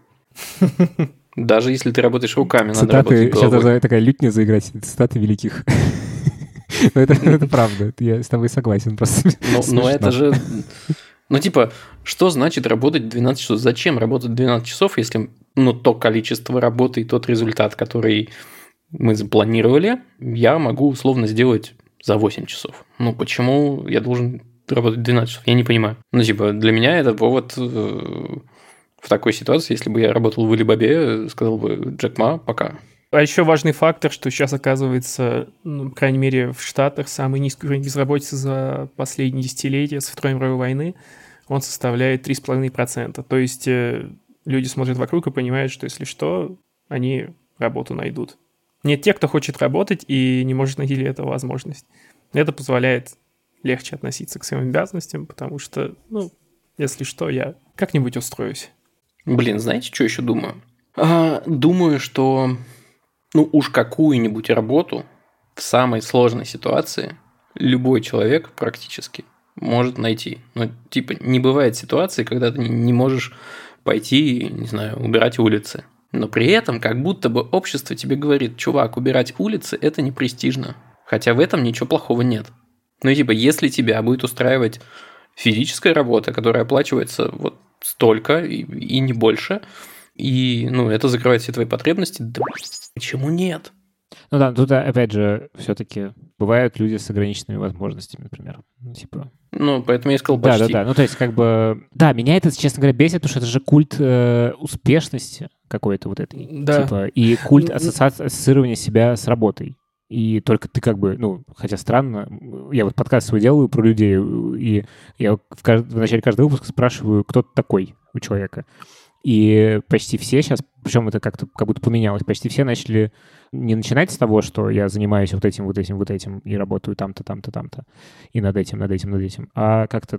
[SPEAKER 2] Даже если ты работаешь руками, надо работать головой.
[SPEAKER 1] Сейчас должна такая лютня заиграть, цитаты великих. Но это правда, я с тобой согласен просто.
[SPEAKER 2] Но это же... Ну, типа, что значит работать 12 часов? Зачем работать 12 часов, если то количество работы и тот результат, который мы запланировали, я могу условно сделать за 8 часов? Ну, почему я должен работать 12 часов? Я не понимаю. Ну, типа, для меня это повод... В такой ситуации, если бы я работал в Alibaba, сказал бы: Джек Ма, пока.
[SPEAKER 3] А еще важный фактор, что сейчас оказывается, по крайней мере, в Штатах самый низкий уровень безработицы за последние десятилетия со Второй мировой войны, он составляет 3,5%. То есть люди смотрят вокруг и понимают, что если что, они работу найдут. Нет тех, кто хочет работать и не может найти для этого возможность. Это позволяет легче относиться к своим обязанностям, потому что, если что, я как-нибудь устроюсь.
[SPEAKER 2] Блин, знаете, что еще думаю? Думаю, что уж какую-нибудь работу в самой сложной ситуации любой человек практически может найти. Не бывает ситуации, когда ты не можешь пойти, не знаю, убирать улицы. Но при этом как будто бы общество тебе говорит: чувак, убирать улицы – это не престижно. Хотя в этом ничего плохого нет. Если тебя будет устраивать физическая работа, которая оплачивается вот столько и не больше, и это закрывает все твои потребности, да почему нет?
[SPEAKER 1] Ну да, тут опять же все-таки бывают люди с ограниченными возможностями, например.
[SPEAKER 2] Поэтому я сказал почти.
[SPEAKER 1] Да. То есть Да, меня это, честно говоря, бесит, потому что это же культ успешности какой-то вот этой.
[SPEAKER 3] Да.
[SPEAKER 1] И культ ассоциирования себя с работой. И только ты хотя странно, я вот подкаст свой делаю про людей, и я в начале каждого выпуска спрашиваю, кто ты такой у человека. И почти все сейчас, причем это как будто поменялось, почти все начали не начинать с того, что я занимаюсь вот этим, и работаю там-то, и над этим, а как-то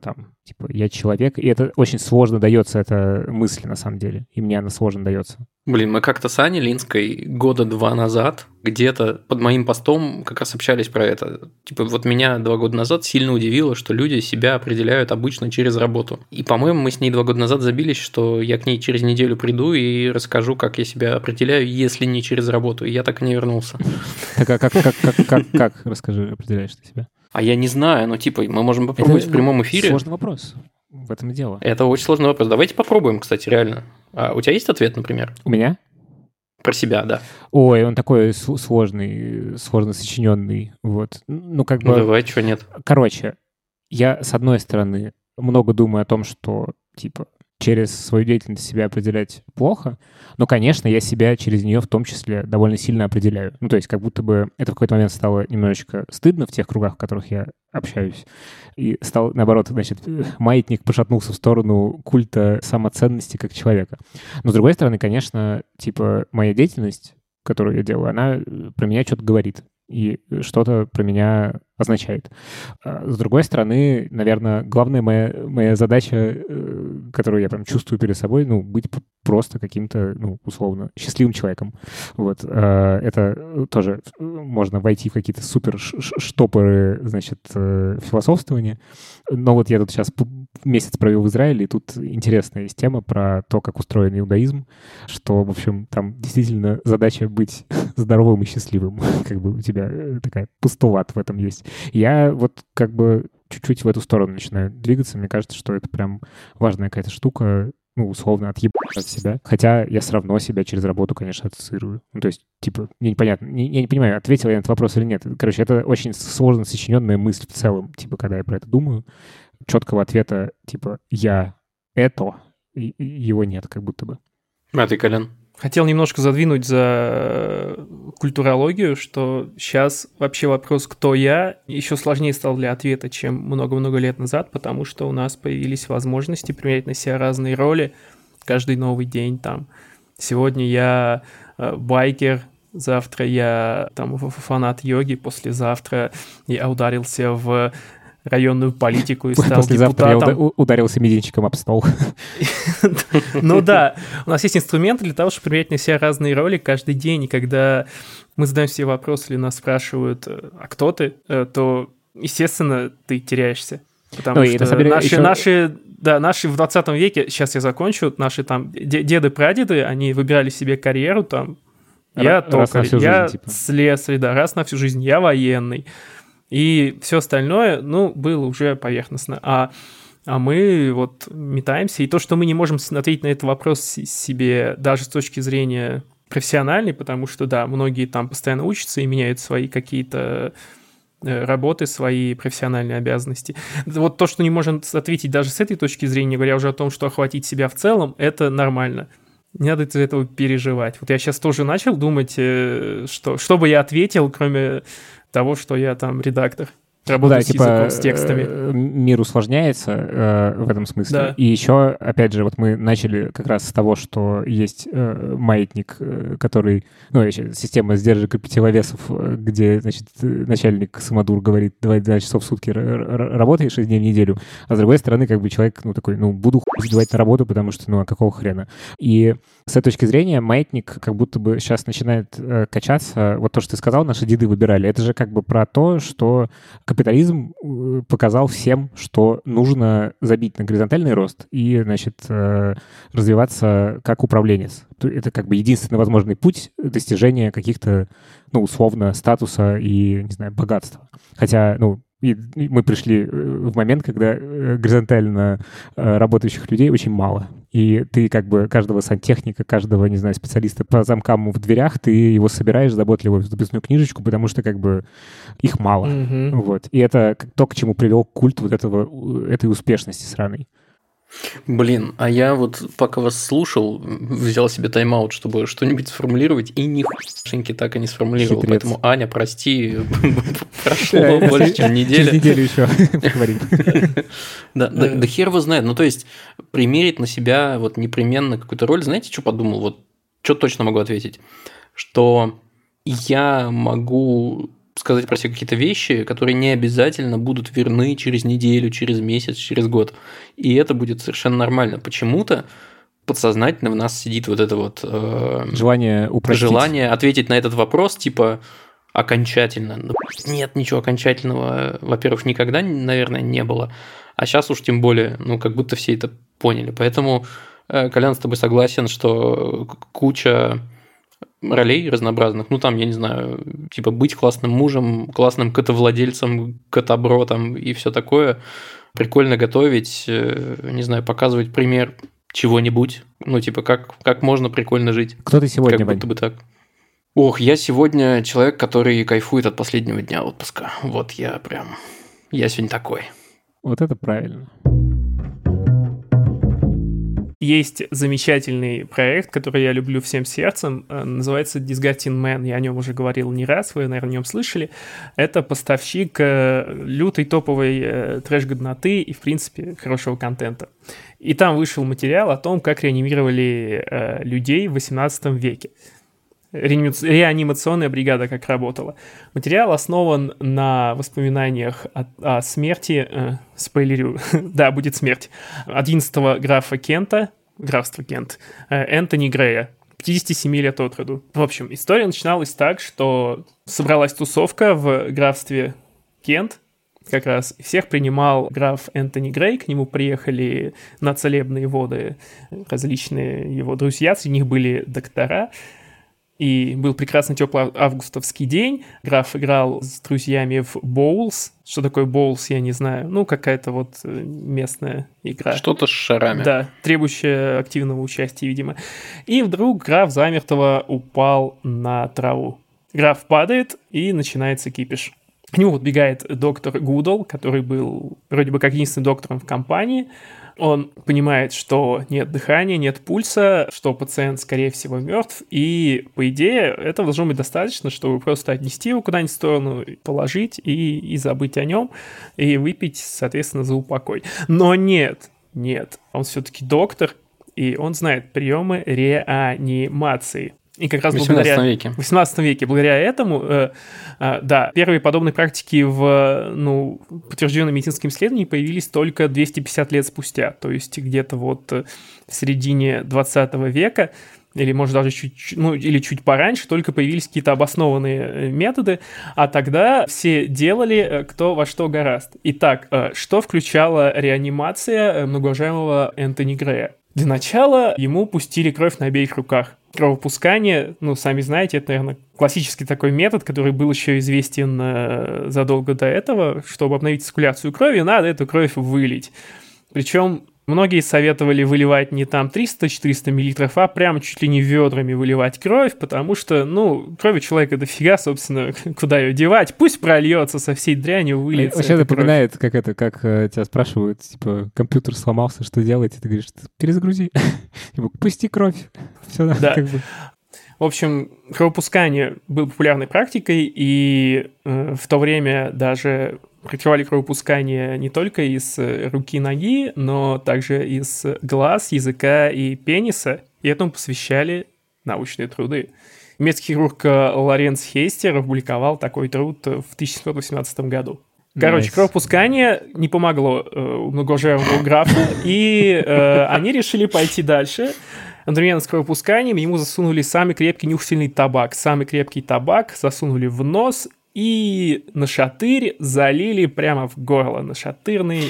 [SPEAKER 1] я человек, и это очень сложно дается, эта мысль на самом деле, и мне она сложно дается.
[SPEAKER 2] Блин, мы как-то с Аней Линской 2 года назад где-то под моим постом как раз общались про это. Меня 2 года назад сильно удивило, что люди себя определяют обычно через работу. И, по-моему, мы с ней 2 года назад забились, что я к ней через неделю приду и расскажу, как я себя определяю, если не через работу. И я так и не вернулся.
[SPEAKER 1] Так а как, расскажи, определяешь ты себя?
[SPEAKER 2] А я не знаю, мы можем попробовать в прямом эфире.
[SPEAKER 1] Сложный вопрос. В этом и дело.
[SPEAKER 2] Это очень сложный вопрос. Давайте попробуем, кстати, реально. А у тебя есть ответ, например?
[SPEAKER 1] У меня?
[SPEAKER 2] Про себя, да.
[SPEAKER 1] Ой, он такой сложный, сложно сочиненный. Вот.
[SPEAKER 2] Давай, чего нет.
[SPEAKER 1] Короче, я, с одной стороны, много думаю о том, что, через свою деятельность себя определять плохо, но, конечно, я себя через нее в том числе довольно сильно определяю. То есть как будто бы это в какой-то момент стало немножечко стыдно в тех кругах, в которых я общаюсь. И стал, наоборот, маятник пошатнулся в сторону культа самоценности как человека. Но, с другой стороны, конечно, моя деятельность, которую я делаю, она про меня что-то говорит и что-то про меня означает. С другой стороны, наверное, главная моя задача, которую я прям чувствую перед собой, быть просто каким-то, условно, счастливым человеком. Вот. Это тоже можно войти в какие-то супер штопоры, философствования. Но вот я тут сейчас месяц провел в Израиле, и тут интересная есть тема про то, как устроен иудаизм, что, в общем, там действительно задача быть здоровым и счастливым. У тебя такая постулат в этом есть. Я чуть-чуть в эту сторону начинаю двигаться. Мне кажется, что это прям важная какая-то штука, условно, отъебать от себя. Хотя я все равно себя через работу, конечно, ассоциирую. То есть, мне непонятно. Я не понимаю, ответил я на этот вопрос или нет. Короче, это очень сложно сочиненная мысль в целом, когда я про это думаю. Четкого ответа, я это, его нет, как будто бы.
[SPEAKER 2] А ты, Колян?
[SPEAKER 3] Хотел немножко задвинуть за культурологию, что сейчас вообще вопрос «кто я?» еще сложнее стал для ответа, чем много-много лет назад, потому что у нас появились возможности применять на себя разные роли каждый новый день. Там. Сегодня я байкер, завтра я там фанат йоги, послезавтра я ударился в районную политику и стал
[SPEAKER 1] послезавтра
[SPEAKER 3] депутатом.
[SPEAKER 1] Я ударился мизинчиком об стол.
[SPEAKER 3] Ну да, у нас есть инструменты для того, чтобы применять на себя разные роли каждый день, и когда мы задаем себе вопрос или нас спрашивают, а кто ты, то, естественно, ты теряешься. Потому что наши в 20 веке, сейчас я закончу, наши там деды-прадеды, они выбирали себе карьеру, там, я токарь, я слесарь, да, раз на всю жизнь, я военный. И все остальное, было уже поверхностно. А мы вот метаемся. И то, что мы не можем ответить на этот вопрос себе даже с точки зрения профессиональной, потому что, да, многие там постоянно учатся и меняют свои какие-то работы, свои профессиональные обязанности. Вот то, что не можем ответить даже с этой точки зрения, говоря уже о том, что охватить себя в целом, это нормально. Не надо из-за этого переживать. Вот я сейчас тоже начал думать, что бы я ответил, кроме того, что я там редактор. Работаю с языком, с текстами.
[SPEAKER 1] Мир усложняется в этом смысле. Да. И еще, опять же, вот мы начали как раз с того, что есть маятник, который... система сдержек и противовесов, где, значит, начальник самодур говорит, 2 часов в сутки работаешь 6 дней в неделю, а с другой стороны, как бы человек, такой, буду девать на работу, потому что, а какого хрена? И с этой точки зрения маятник как будто бы сейчас начинает качаться. Вот то, что ты сказал, наши деды выбирали. Это же как бы про то, что капитализм показал всем, что нужно забить на горизонтальный рост и, значит, развиваться как управленец. Это как бы единственный возможный путь достижения каких-то, условно, статуса и, не знаю, богатства. Хотя, и мы пришли в момент, когда горизонтально работающих людей очень мало. И ты как бы каждого сантехника, каждого, не знаю, специалиста по замкам в дверях, ты его собираешь заботливо в записную книжечку, потому что как бы их мало. Mm-hmm. Вот. И это то, к чему привел культ вот этой успешности сраной.
[SPEAKER 2] Блин, а я вот пока вас слушал, взял себе тайм-аут, чтобы что-нибудь сформулировать, и нихуяшеньки так и не сформулировал. Хитрец. Поэтому, Аня, прости, прошло больше, чем неделя.
[SPEAKER 1] Через неделю еще поговорим.
[SPEAKER 2] Да хер его знает. То есть, примерить на себя вот непременно какую-то роль. Знаете, что подумал? Вот, что точно могу ответить? Что я могу сказать про себя какие-то вещи, которые не обязательно будут верны через неделю, через месяц, через год. И это будет совершенно нормально. Почему-то подсознательно в нас сидит вот это вот
[SPEAKER 1] желание упростить.
[SPEAKER 2] Желание ответить на этот вопрос, типа, окончательно. Нет ничего окончательного, во-первых, никогда, наверное, не было. А сейчас уж тем более, как будто все это поняли. Поэтому, Колян, с тобой согласен, что куча ролей разнообразных, там, я не знаю, типа быть классным мужем, классным котовладельцем, котобро там и все такое. Прикольно готовить, не знаю, показывать пример чего-нибудь, типа как можно прикольно жить.
[SPEAKER 1] Кто ты сегодня,
[SPEAKER 2] как будто бы так. Ох, я сегодня человек, который кайфует от последнего дня отпуска. Вот я сегодня такой.
[SPEAKER 1] Вот это правильно.
[SPEAKER 3] Есть замечательный проект, который я люблю всем сердцем, называется Disgusting Man, я о нем уже говорил не раз, вы, наверное, о нем слышали. Это поставщик лютой топовой трэш-годноты и, в принципе, хорошего контента. И там вышел материал о том, как реанимировали людей в 18 веке. Реанимационная бригада как работала. Материал основан на воспоминаниях о смерти, спойлерю, да, будет смерть, 11-го графства Кента, Энтони Грея, 57 лет от роду. В общем, история начиналась так, что собралась тусовка в графстве Кент, как раз всех принимал граф Энтони Грей, к нему приехали на целебные воды различные его друзья, среди них были доктора. И был прекрасный теплый августовский день. Граф играл с друзьями в боулс. Что такое боулс, я не знаю. Какая-то вот местная игра.
[SPEAKER 2] Что-то с шарами.
[SPEAKER 3] Да, требующая активного участия, видимо. И вдруг граф замертво упал на траву. Граф падает, и начинается кипиш. К нему подбегает доктор Гудал, который был вроде бы как единственным доктором в компании. Он понимает, что нет дыхания, нет пульса, что пациент, скорее всего, мертв, и, по идее, этого должно быть достаточно, чтобы просто отнести его куда-нибудь в сторону, положить и забыть о нем, и выпить, соответственно, за упокой. Но нет, он все-таки доктор, и он знает приемы реанимации. И как раз
[SPEAKER 2] в 18 веке.
[SPEAKER 3] В 18 веке, благодаря этому, первые подобные практики в подтвержденном медицинском исследовании появились только 250 лет спустя, то есть где-то вот в середине 20 века, или, может, даже чуть пораньше, только появились какие-то обоснованные методы, а тогда все делали кто во что гораст. Итак, что включала реанимация многоуважаемого Энтони Грея? Для начала ему пустили кровь на обеих руках. Кровопускание, сами знаете, это, наверное, классический такой метод, который был еще известен задолго до этого. Чтобы обновить циркуляцию крови, надо эту кровь вылить. Причем многие советовали выливать не там 300-400 миллилитров, а прям чуть ли не ведрами выливать кровь, потому что, крови человека дофига, собственно, куда ее девать? Пусть прольется со всей дрянью, выльется.
[SPEAKER 1] Вообще это напоминает, как тебя спрашивают, типа, компьютер сломался, что делать? И ты говоришь, перезагрузи. Пусти кровь. Все,
[SPEAKER 3] да. В общем, кровопускание было популярной практикой, и в то время даже прикрывали кровопускание не только из руки и ноги, но также из глаз, языка и пениса, и этому посвящали научные труды. Немецкий хирург Лоренц Хейстер опубликовал такой труд в 1718 году. Кровопускание не помогло многоуважаемому графу, и они решили пойти дальше. Одновременно с кровопусканием ему засунули самый крепкий нюхательный табак. Самый крепкий табак засунули в нос и нашатырь залили прямо в горло. Нашатырный...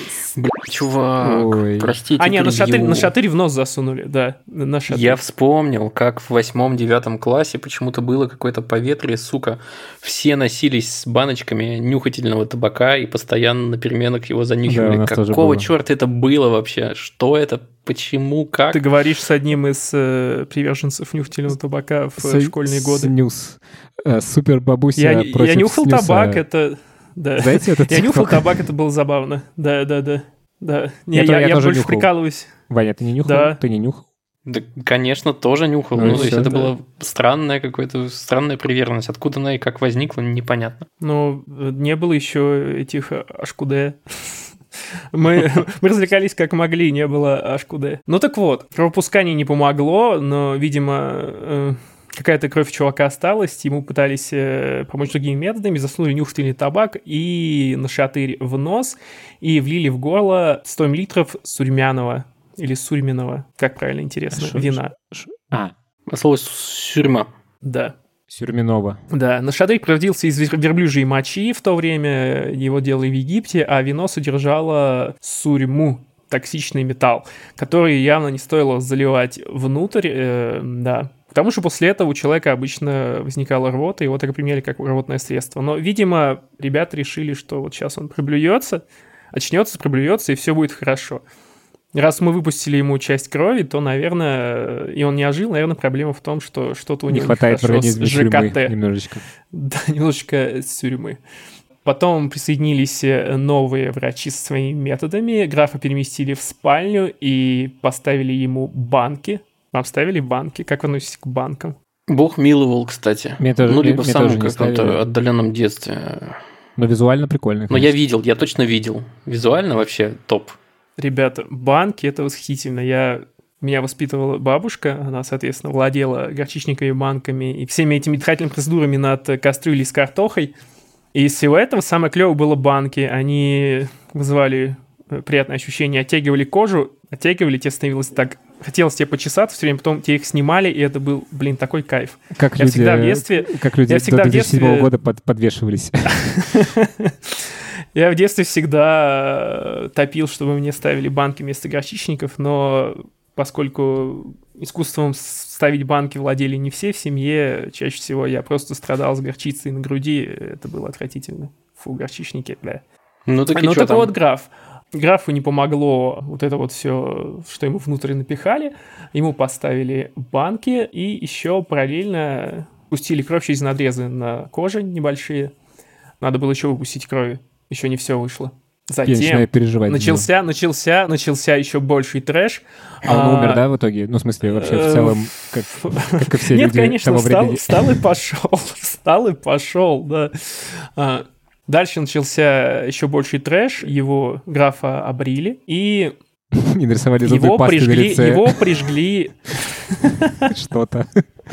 [SPEAKER 2] Чувак, простите.
[SPEAKER 3] Нашатырь в нос засунули, да. Нашатырь.
[SPEAKER 2] Я вспомнил, как в 8-9 классе почему-то было какое-то поветрие, сука. Все носились с баночками нюхательного табака и постоянно на переменах его занюхивали.
[SPEAKER 1] Да,
[SPEAKER 2] какого черта это было вообще? Что это? Почему? Как?
[SPEAKER 3] Ты говоришь с одним из приверженцев нюхательного табака в школьные годы.
[SPEAKER 1] Снюс. Супер бабуся против
[SPEAKER 3] Я нюхал
[SPEAKER 1] снюса.
[SPEAKER 3] табак, это... Да.
[SPEAKER 1] Знаете, это
[SPEAKER 3] я нюхал табак, это было забавно. Да. Я
[SPEAKER 1] тоже
[SPEAKER 3] больше
[SPEAKER 1] нюхал.
[SPEAKER 3] прикалываюсь.
[SPEAKER 1] Ваня, ты не нюхал?
[SPEAKER 3] Да.
[SPEAKER 1] Ты не нюхал?
[SPEAKER 2] Да, конечно, тоже нюхал.
[SPEAKER 1] Ну,
[SPEAKER 2] то есть
[SPEAKER 1] всё,
[SPEAKER 2] это
[SPEAKER 1] да.
[SPEAKER 2] была странная приверженность. Откуда она и как возникла, непонятно.
[SPEAKER 3] Не было еще этих ашкуде. Мы развлекались как могли, не было ашкуде. Так вот, кровопускание не помогло, но, видимо, какая-то кровь чувака осталась, ему пытались помочь другими методами, засунули нюхательный табак и нашатырь в нос и влили в горло 100 миллилитров сурьмяного или сурьменного, как правильно, интересно, вина.
[SPEAKER 2] Слово «сюрьма».
[SPEAKER 3] Да.
[SPEAKER 1] Сюрьменова.
[SPEAKER 3] Да, нашатырь проводился из верблюжьей мочи в то время, его делали в Египте, а вино содержало сурьму, токсичный металл, который явно не стоило заливать внутрь, да. Потому что после этого у человека обычно возникала рвота, его так применяли как рвотное средство. Но, видимо, ребята решили, что вот сейчас он проблюется, очнется, проблюется, и все будет хорошо. Раз мы выпустили ему часть крови, то, наверное, и он не ожил, наверное, проблема в том, что что-то у него
[SPEAKER 1] не хватает в организме
[SPEAKER 3] ЖКТ.
[SPEAKER 1] сюрьмы немножечко.
[SPEAKER 3] Да, немножечко сюрьмы. Потом присоединились новые врачи со своими методами. Графа переместили в спальню и поставили ему банки. Вам ставили банки? Как вы относитесь к банкам?
[SPEAKER 2] Бог миловал, кстати. Либо в самом каком-то отдаленном детстве.
[SPEAKER 1] Но визуально прикольно.
[SPEAKER 2] Но я точно видел. Визуально вообще топ.
[SPEAKER 3] Ребята, банки — это восхитительно. Меня воспитывала бабушка, она, соответственно, владела горчичниками, банками и всеми этими дыхательными процедурами над кастрюлей с картохой. И из всего этого самое клевое было банки. Они вызывали приятное ощущение, оттягивали кожу, тебе становилось так... Хотелось тебе почесаться все время, потом тебе их снимали, и это был, такой кайф.
[SPEAKER 1] Как люди до 2007 года подвешивались.
[SPEAKER 3] Я в детстве всегда топил, чтобы мне ставили банки вместо горчичников, но поскольку искусством ставить банки владели не все в семье, чаще всего я просто страдал с горчицей на груди, это было отвратительно. Фу, горчичники, бля.
[SPEAKER 2] Так
[SPEAKER 3] вот граф. Графу не помогло вот это вот все, что ему внутрь напихали. Ему поставили банки и еще параллельно пустили кровь через надрезы на коже небольшие. Надо было еще выпустить крови. Еще не все вышло.
[SPEAKER 1] Я начинаю переживать.
[SPEAKER 3] Начался еще больший трэш.
[SPEAKER 1] А он умер, да, в итоге? Ну, в смысле, вообще в целом, как и все люди.
[SPEAKER 3] Нет, конечно, встал и пошел, да. Дальше начался еще больший трэш. Его графа обрили и...
[SPEAKER 1] И нарисовали зубной пастой на лице.
[SPEAKER 3] Его прижгли...
[SPEAKER 1] Что-то.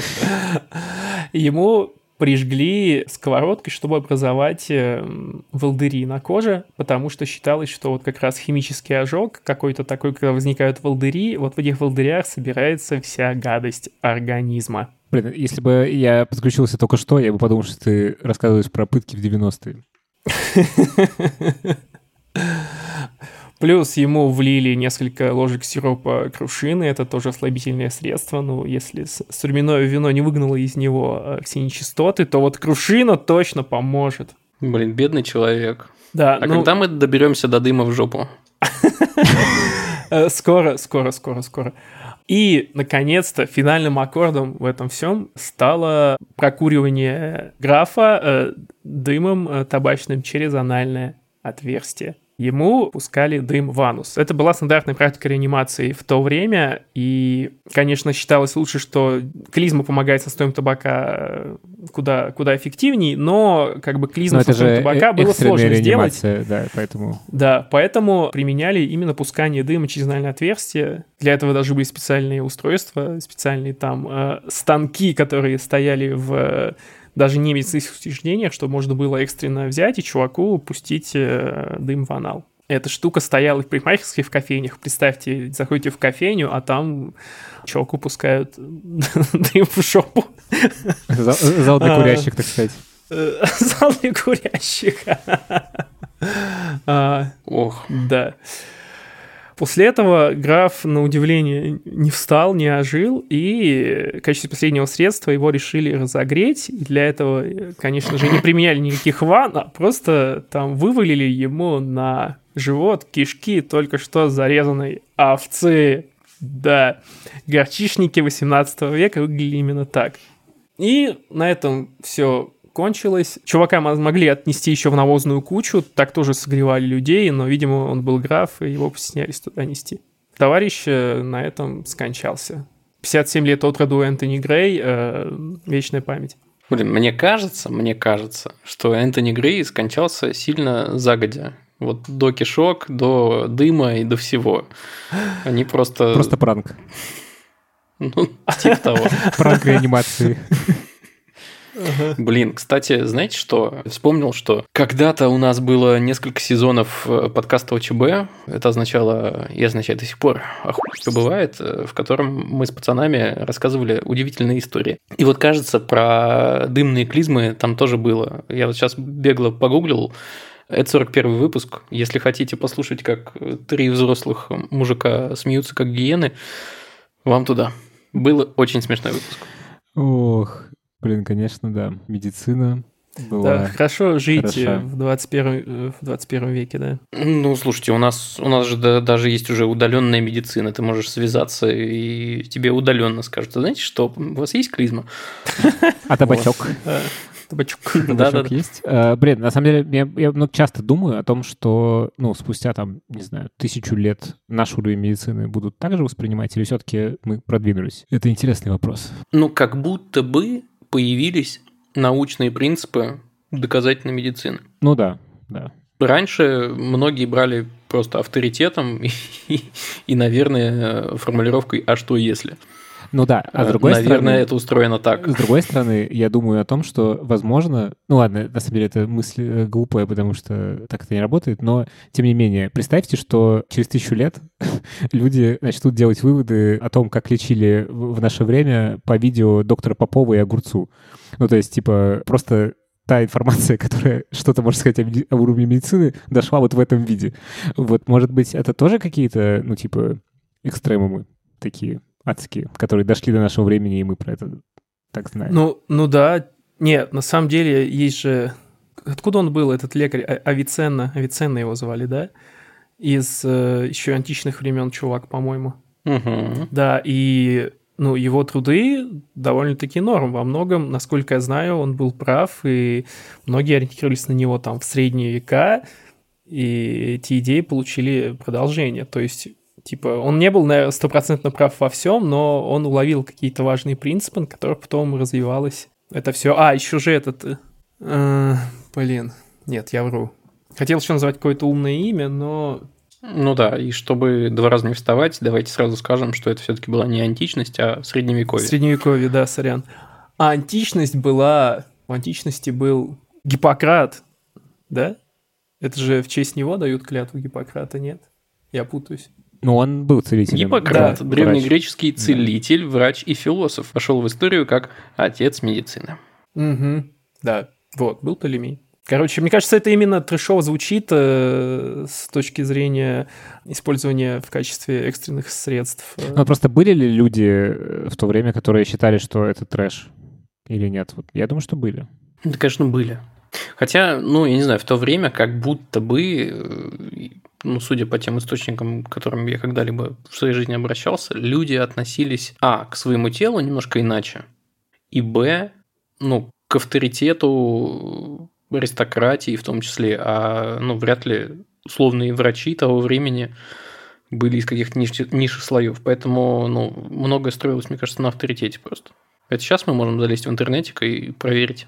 [SPEAKER 3] Ему прижгли сковородкой, чтобы образовать волдыри на коже, потому что считалось, что вот как раз химический ожог какой-то такой, когда возникают волдыри, вот в этих волдырях собирается вся гадость организма.
[SPEAKER 1] Блин, если бы я подключился только что, я бы подумал, что ты рассказываешь про пытки в 90-е.
[SPEAKER 3] Плюс ему влили несколько ложек сиропа крушины, это тоже слабительное средство. Ну, если сурьмяное вино не выгнало из него все нечистоты, то вот крушина точно поможет.
[SPEAKER 2] Блин, бедный человек.
[SPEAKER 3] Да,
[SPEAKER 2] когда мы доберемся до дыма в жопу?
[SPEAKER 3] Скоро. И, наконец-то, финальным аккордом в этом всем стало прокуривание графа дымом табачным через анальное отверстие. Ему пускали дым в анус. Это была стандартная практика реанимации в то время, и, конечно, считалось лучше, что клизма помогает со стоем табака куда эффективнее, но как бы клизма со стоем табака было сложно сделать.
[SPEAKER 1] Да, поэтому...
[SPEAKER 3] Да, поэтому применяли именно пускание дыма через анальное отверстие. Для этого даже были специальные устройства, специальные там станки, которые стояли в... даже не медицинских учреждениях, что можно было экстренно взять и чуваку пустить дым в анал. Эта штука стояла в парикмахерской, в кофейнях. Представьте, заходите в кофейню, а там чуваку пускают дым в жопу.
[SPEAKER 1] Зал для курящих, так сказать.
[SPEAKER 3] Зал для курящих.
[SPEAKER 2] Ох.
[SPEAKER 3] Да. После этого граф, на удивление, не встал, не ожил, и в качестве последнего средства его решили разогреть. И для этого, конечно же, не применяли никаких ванн, а просто там вывалили ему на живот кишки только что зарезанной овцы. Да, горчичники 18 века выглядели именно так. И на этом все кончилось. Чувака могли отнести еще в навозную кучу, так тоже согревали людей, но, видимо, он был граф, и его постеснялись туда нести. Товарищ на этом скончался. 57 лет от роду Энтони Грей, вечная память.
[SPEAKER 2] Блин, мне кажется, что Энтони Грей скончался сильно загодя. Вот до кишок, до дыма и до всего. Они просто...
[SPEAKER 1] Просто пранк.
[SPEAKER 2] Ну, типа того.
[SPEAKER 1] Пранк реанимации.
[SPEAKER 2] Блин, кстати, знаете что? Вспомнил, что когда-то у нас было несколько сезонов подкаста ОЧБ, это означало и означает до сих пор, что бывает, в котором мы с пацанами рассказывали удивительные истории. И вот, кажется, про дымные клизмы там тоже было. Я вот сейчас бегло погуглил, это 41-й выпуск. Если хотите послушать, как 3 взрослых мужика смеются, как гиены, вам туда. Был очень смешной выпуск.
[SPEAKER 1] Ох... Блин, конечно, да. Медицина была
[SPEAKER 3] да, хорошо жить
[SPEAKER 1] хороша.
[SPEAKER 3] в 21 веке, да.
[SPEAKER 2] Ну, слушайте, у нас же даже есть уже удаленная медицина. Ты можешь связаться, и тебе удаленно скажут: знаете что, у вас есть клизма?
[SPEAKER 1] А табачок?
[SPEAKER 3] Табачок
[SPEAKER 1] есть? Блин, на самом деле, я часто думаю о том, что, спустя, там, не знаю, 1000 лет наш уровень медицины будут так же воспринимать, или все-таки мы продвинулись? Это интересный вопрос.
[SPEAKER 2] Ну, как будто бы появились научные принципы доказательной медицины.
[SPEAKER 1] Ну да.
[SPEAKER 2] Раньше многие брали просто авторитетом и, наверное, формулировкой «а что если?».
[SPEAKER 1] Ну да, а с другой стороны...
[SPEAKER 2] Наверное, это устроено так.
[SPEAKER 1] С другой стороны, я думаю о том, что, возможно... Ну ладно, на самом деле, это мысль глупая, потому что так это не работает, но, тем не менее, представьте, что через 1000 лет люди начнут делать выводы о том, как лечили в наше время по видео доктора Попова и Огурцу. Ну, то есть, типа, просто та информация, которая что-то может сказать о уровне медицины, дошла вот в этом виде. Вот, может быть, это тоже какие-то, экстремумы такие адские, которые дошли до нашего времени, и мы про это так знаем.
[SPEAKER 3] Ну да. Нет, на самом деле есть же... Откуда он был, этот лекарь? Авиценна его звали, да? Из еще античных времен чувак, по-моему.
[SPEAKER 2] Угу.
[SPEAKER 3] Да, и его труды довольно-таки норм. Во многом, насколько я знаю, он был прав, и многие ориентировались на него там в средние века, и эти идеи получили продолжение. То есть, типа, он не был, наверное, 100% прав во всем, но он уловил какие-то важные принципы, на которых потом развивалось это все. Еще же этот... нет, я вру. Хотел еще назвать какое-то умное имя, но...
[SPEAKER 2] Ну да, и чтобы 2 раза не вставать, давайте сразу скажем, что это все-таки была не античность, а средневековье.
[SPEAKER 3] Средневековье, да, сорян. А античность была... В античности был Гиппократ, да? Это же в честь него дают клятву Гиппократа, нет? Я путаюсь.
[SPEAKER 1] Ну, он был целителем.
[SPEAKER 2] Гиппократ, да, древнегреческий целитель, врач и философ, вошел в историю как отец медицины.
[SPEAKER 3] Угу, да, вот, был Птолемей. Короче, мне кажется, это именно трэшово звучит с точки зрения использования в качестве экстренных средств.
[SPEAKER 1] Ну, просто были ли люди в то время, которые считали, что это трэш или нет? Вот я думаю, что были.
[SPEAKER 2] Да, конечно, были. Хотя, я не знаю, в то время как будто бы, судя по тем источникам, к которым я когда-либо в своей жизни обращался, люди относились, к своему телу немножко иначе, и, б, к авторитету аристократии в том числе, вряд ли условные врачи того времени были из каких-то низших слоев, поэтому, многое строилось, мне кажется, на авторитете просто. Это сейчас мы можем залезть в интернетик и проверить.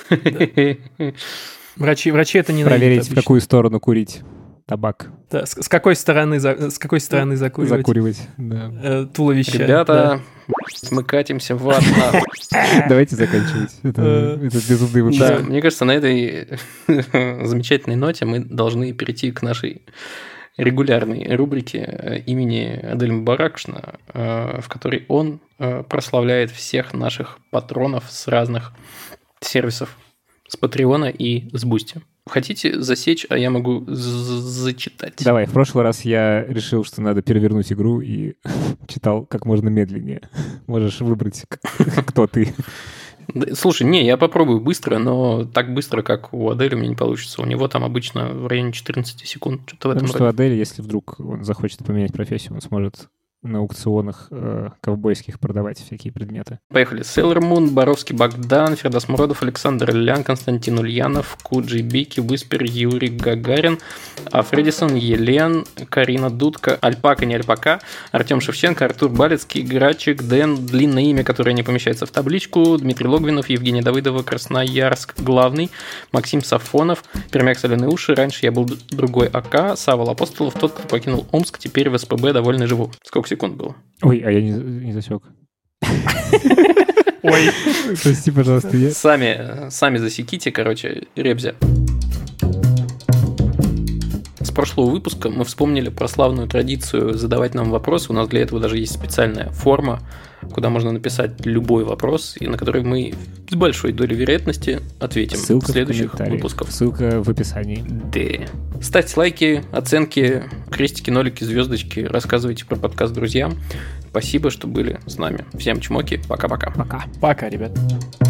[SPEAKER 3] Да. Врачи это не
[SPEAKER 1] проверить, в какую сторону курить табак.
[SPEAKER 3] Да, с какой стороны закуривать.
[SPEAKER 1] Закуривать, да.
[SPEAKER 3] Туловище.
[SPEAKER 2] Ребята, мы катимся в ад.
[SPEAKER 1] Давайте заканчивать. Это безумный выпуск.
[SPEAKER 2] Да, мне кажется, на этой замечательной ноте мы должны перейти к нашей регулярной рубрике имени Адель Мубаракшина, в которой он прославляет всех наших патронов с разных сервисов, с Патреона и с Бусти. Хотите засечь, а я могу зачитать?
[SPEAKER 1] Давай, в прошлый раз я решил, что надо перевернуть игру и читал как можно медленнее. Можешь выбрать, кто ты.
[SPEAKER 2] Слушай, я попробую быстро, но так быстро, как у Адели, у меня не получится. У него там обычно в районе 14 секунд. Что-то в этом
[SPEAKER 1] роде. Потому что Адель, если вдруг он захочет поменять профессию, он сможет на аукционах ковбойских продавать всякие предметы.
[SPEAKER 2] Поехали. Sailor Moon, Боровский Богдан, Фердос Муродов, Александр Лян, Константин Ульянов, Куджи Бики, Выспер, Юрий Гагарин, Фредисон, Елен, Карина Дудка, Альпака, не Альпака, Артем Шевченко, Артур Балецкий, Грачик, Дэн, длинное имя, которое не помещается в табличку, Дмитрий Логвинов, Евгений Давыдова, Красноярск, Главный, Максим Сафонов, Пермяк Соленые уши, раньше я был другой АК, Савол Апостолов, тот, кто покинул Омск, теперь в СПБ довольно живу. Сколько секунд было?
[SPEAKER 1] Ой, а я не засек.
[SPEAKER 3] Ой.
[SPEAKER 1] Прости, пожалуйста.
[SPEAKER 2] Сами засеките, ребзя. С прошлого выпуска мы вспомнили про славную традицию задавать нам вопросы. У нас для этого даже есть специальная форма, куда можно написать любой вопрос, и на который мы с большой долей вероятности ответим в следующих выпусках.
[SPEAKER 1] Ссылка в описании.
[SPEAKER 2] Да. Ставьте лайки, оценки, крестики, нолики, звездочки, рассказывайте про подкаст друзьям. Спасибо, что были с нами. Всем чмоки, пока-пока.
[SPEAKER 3] Пока, ребят.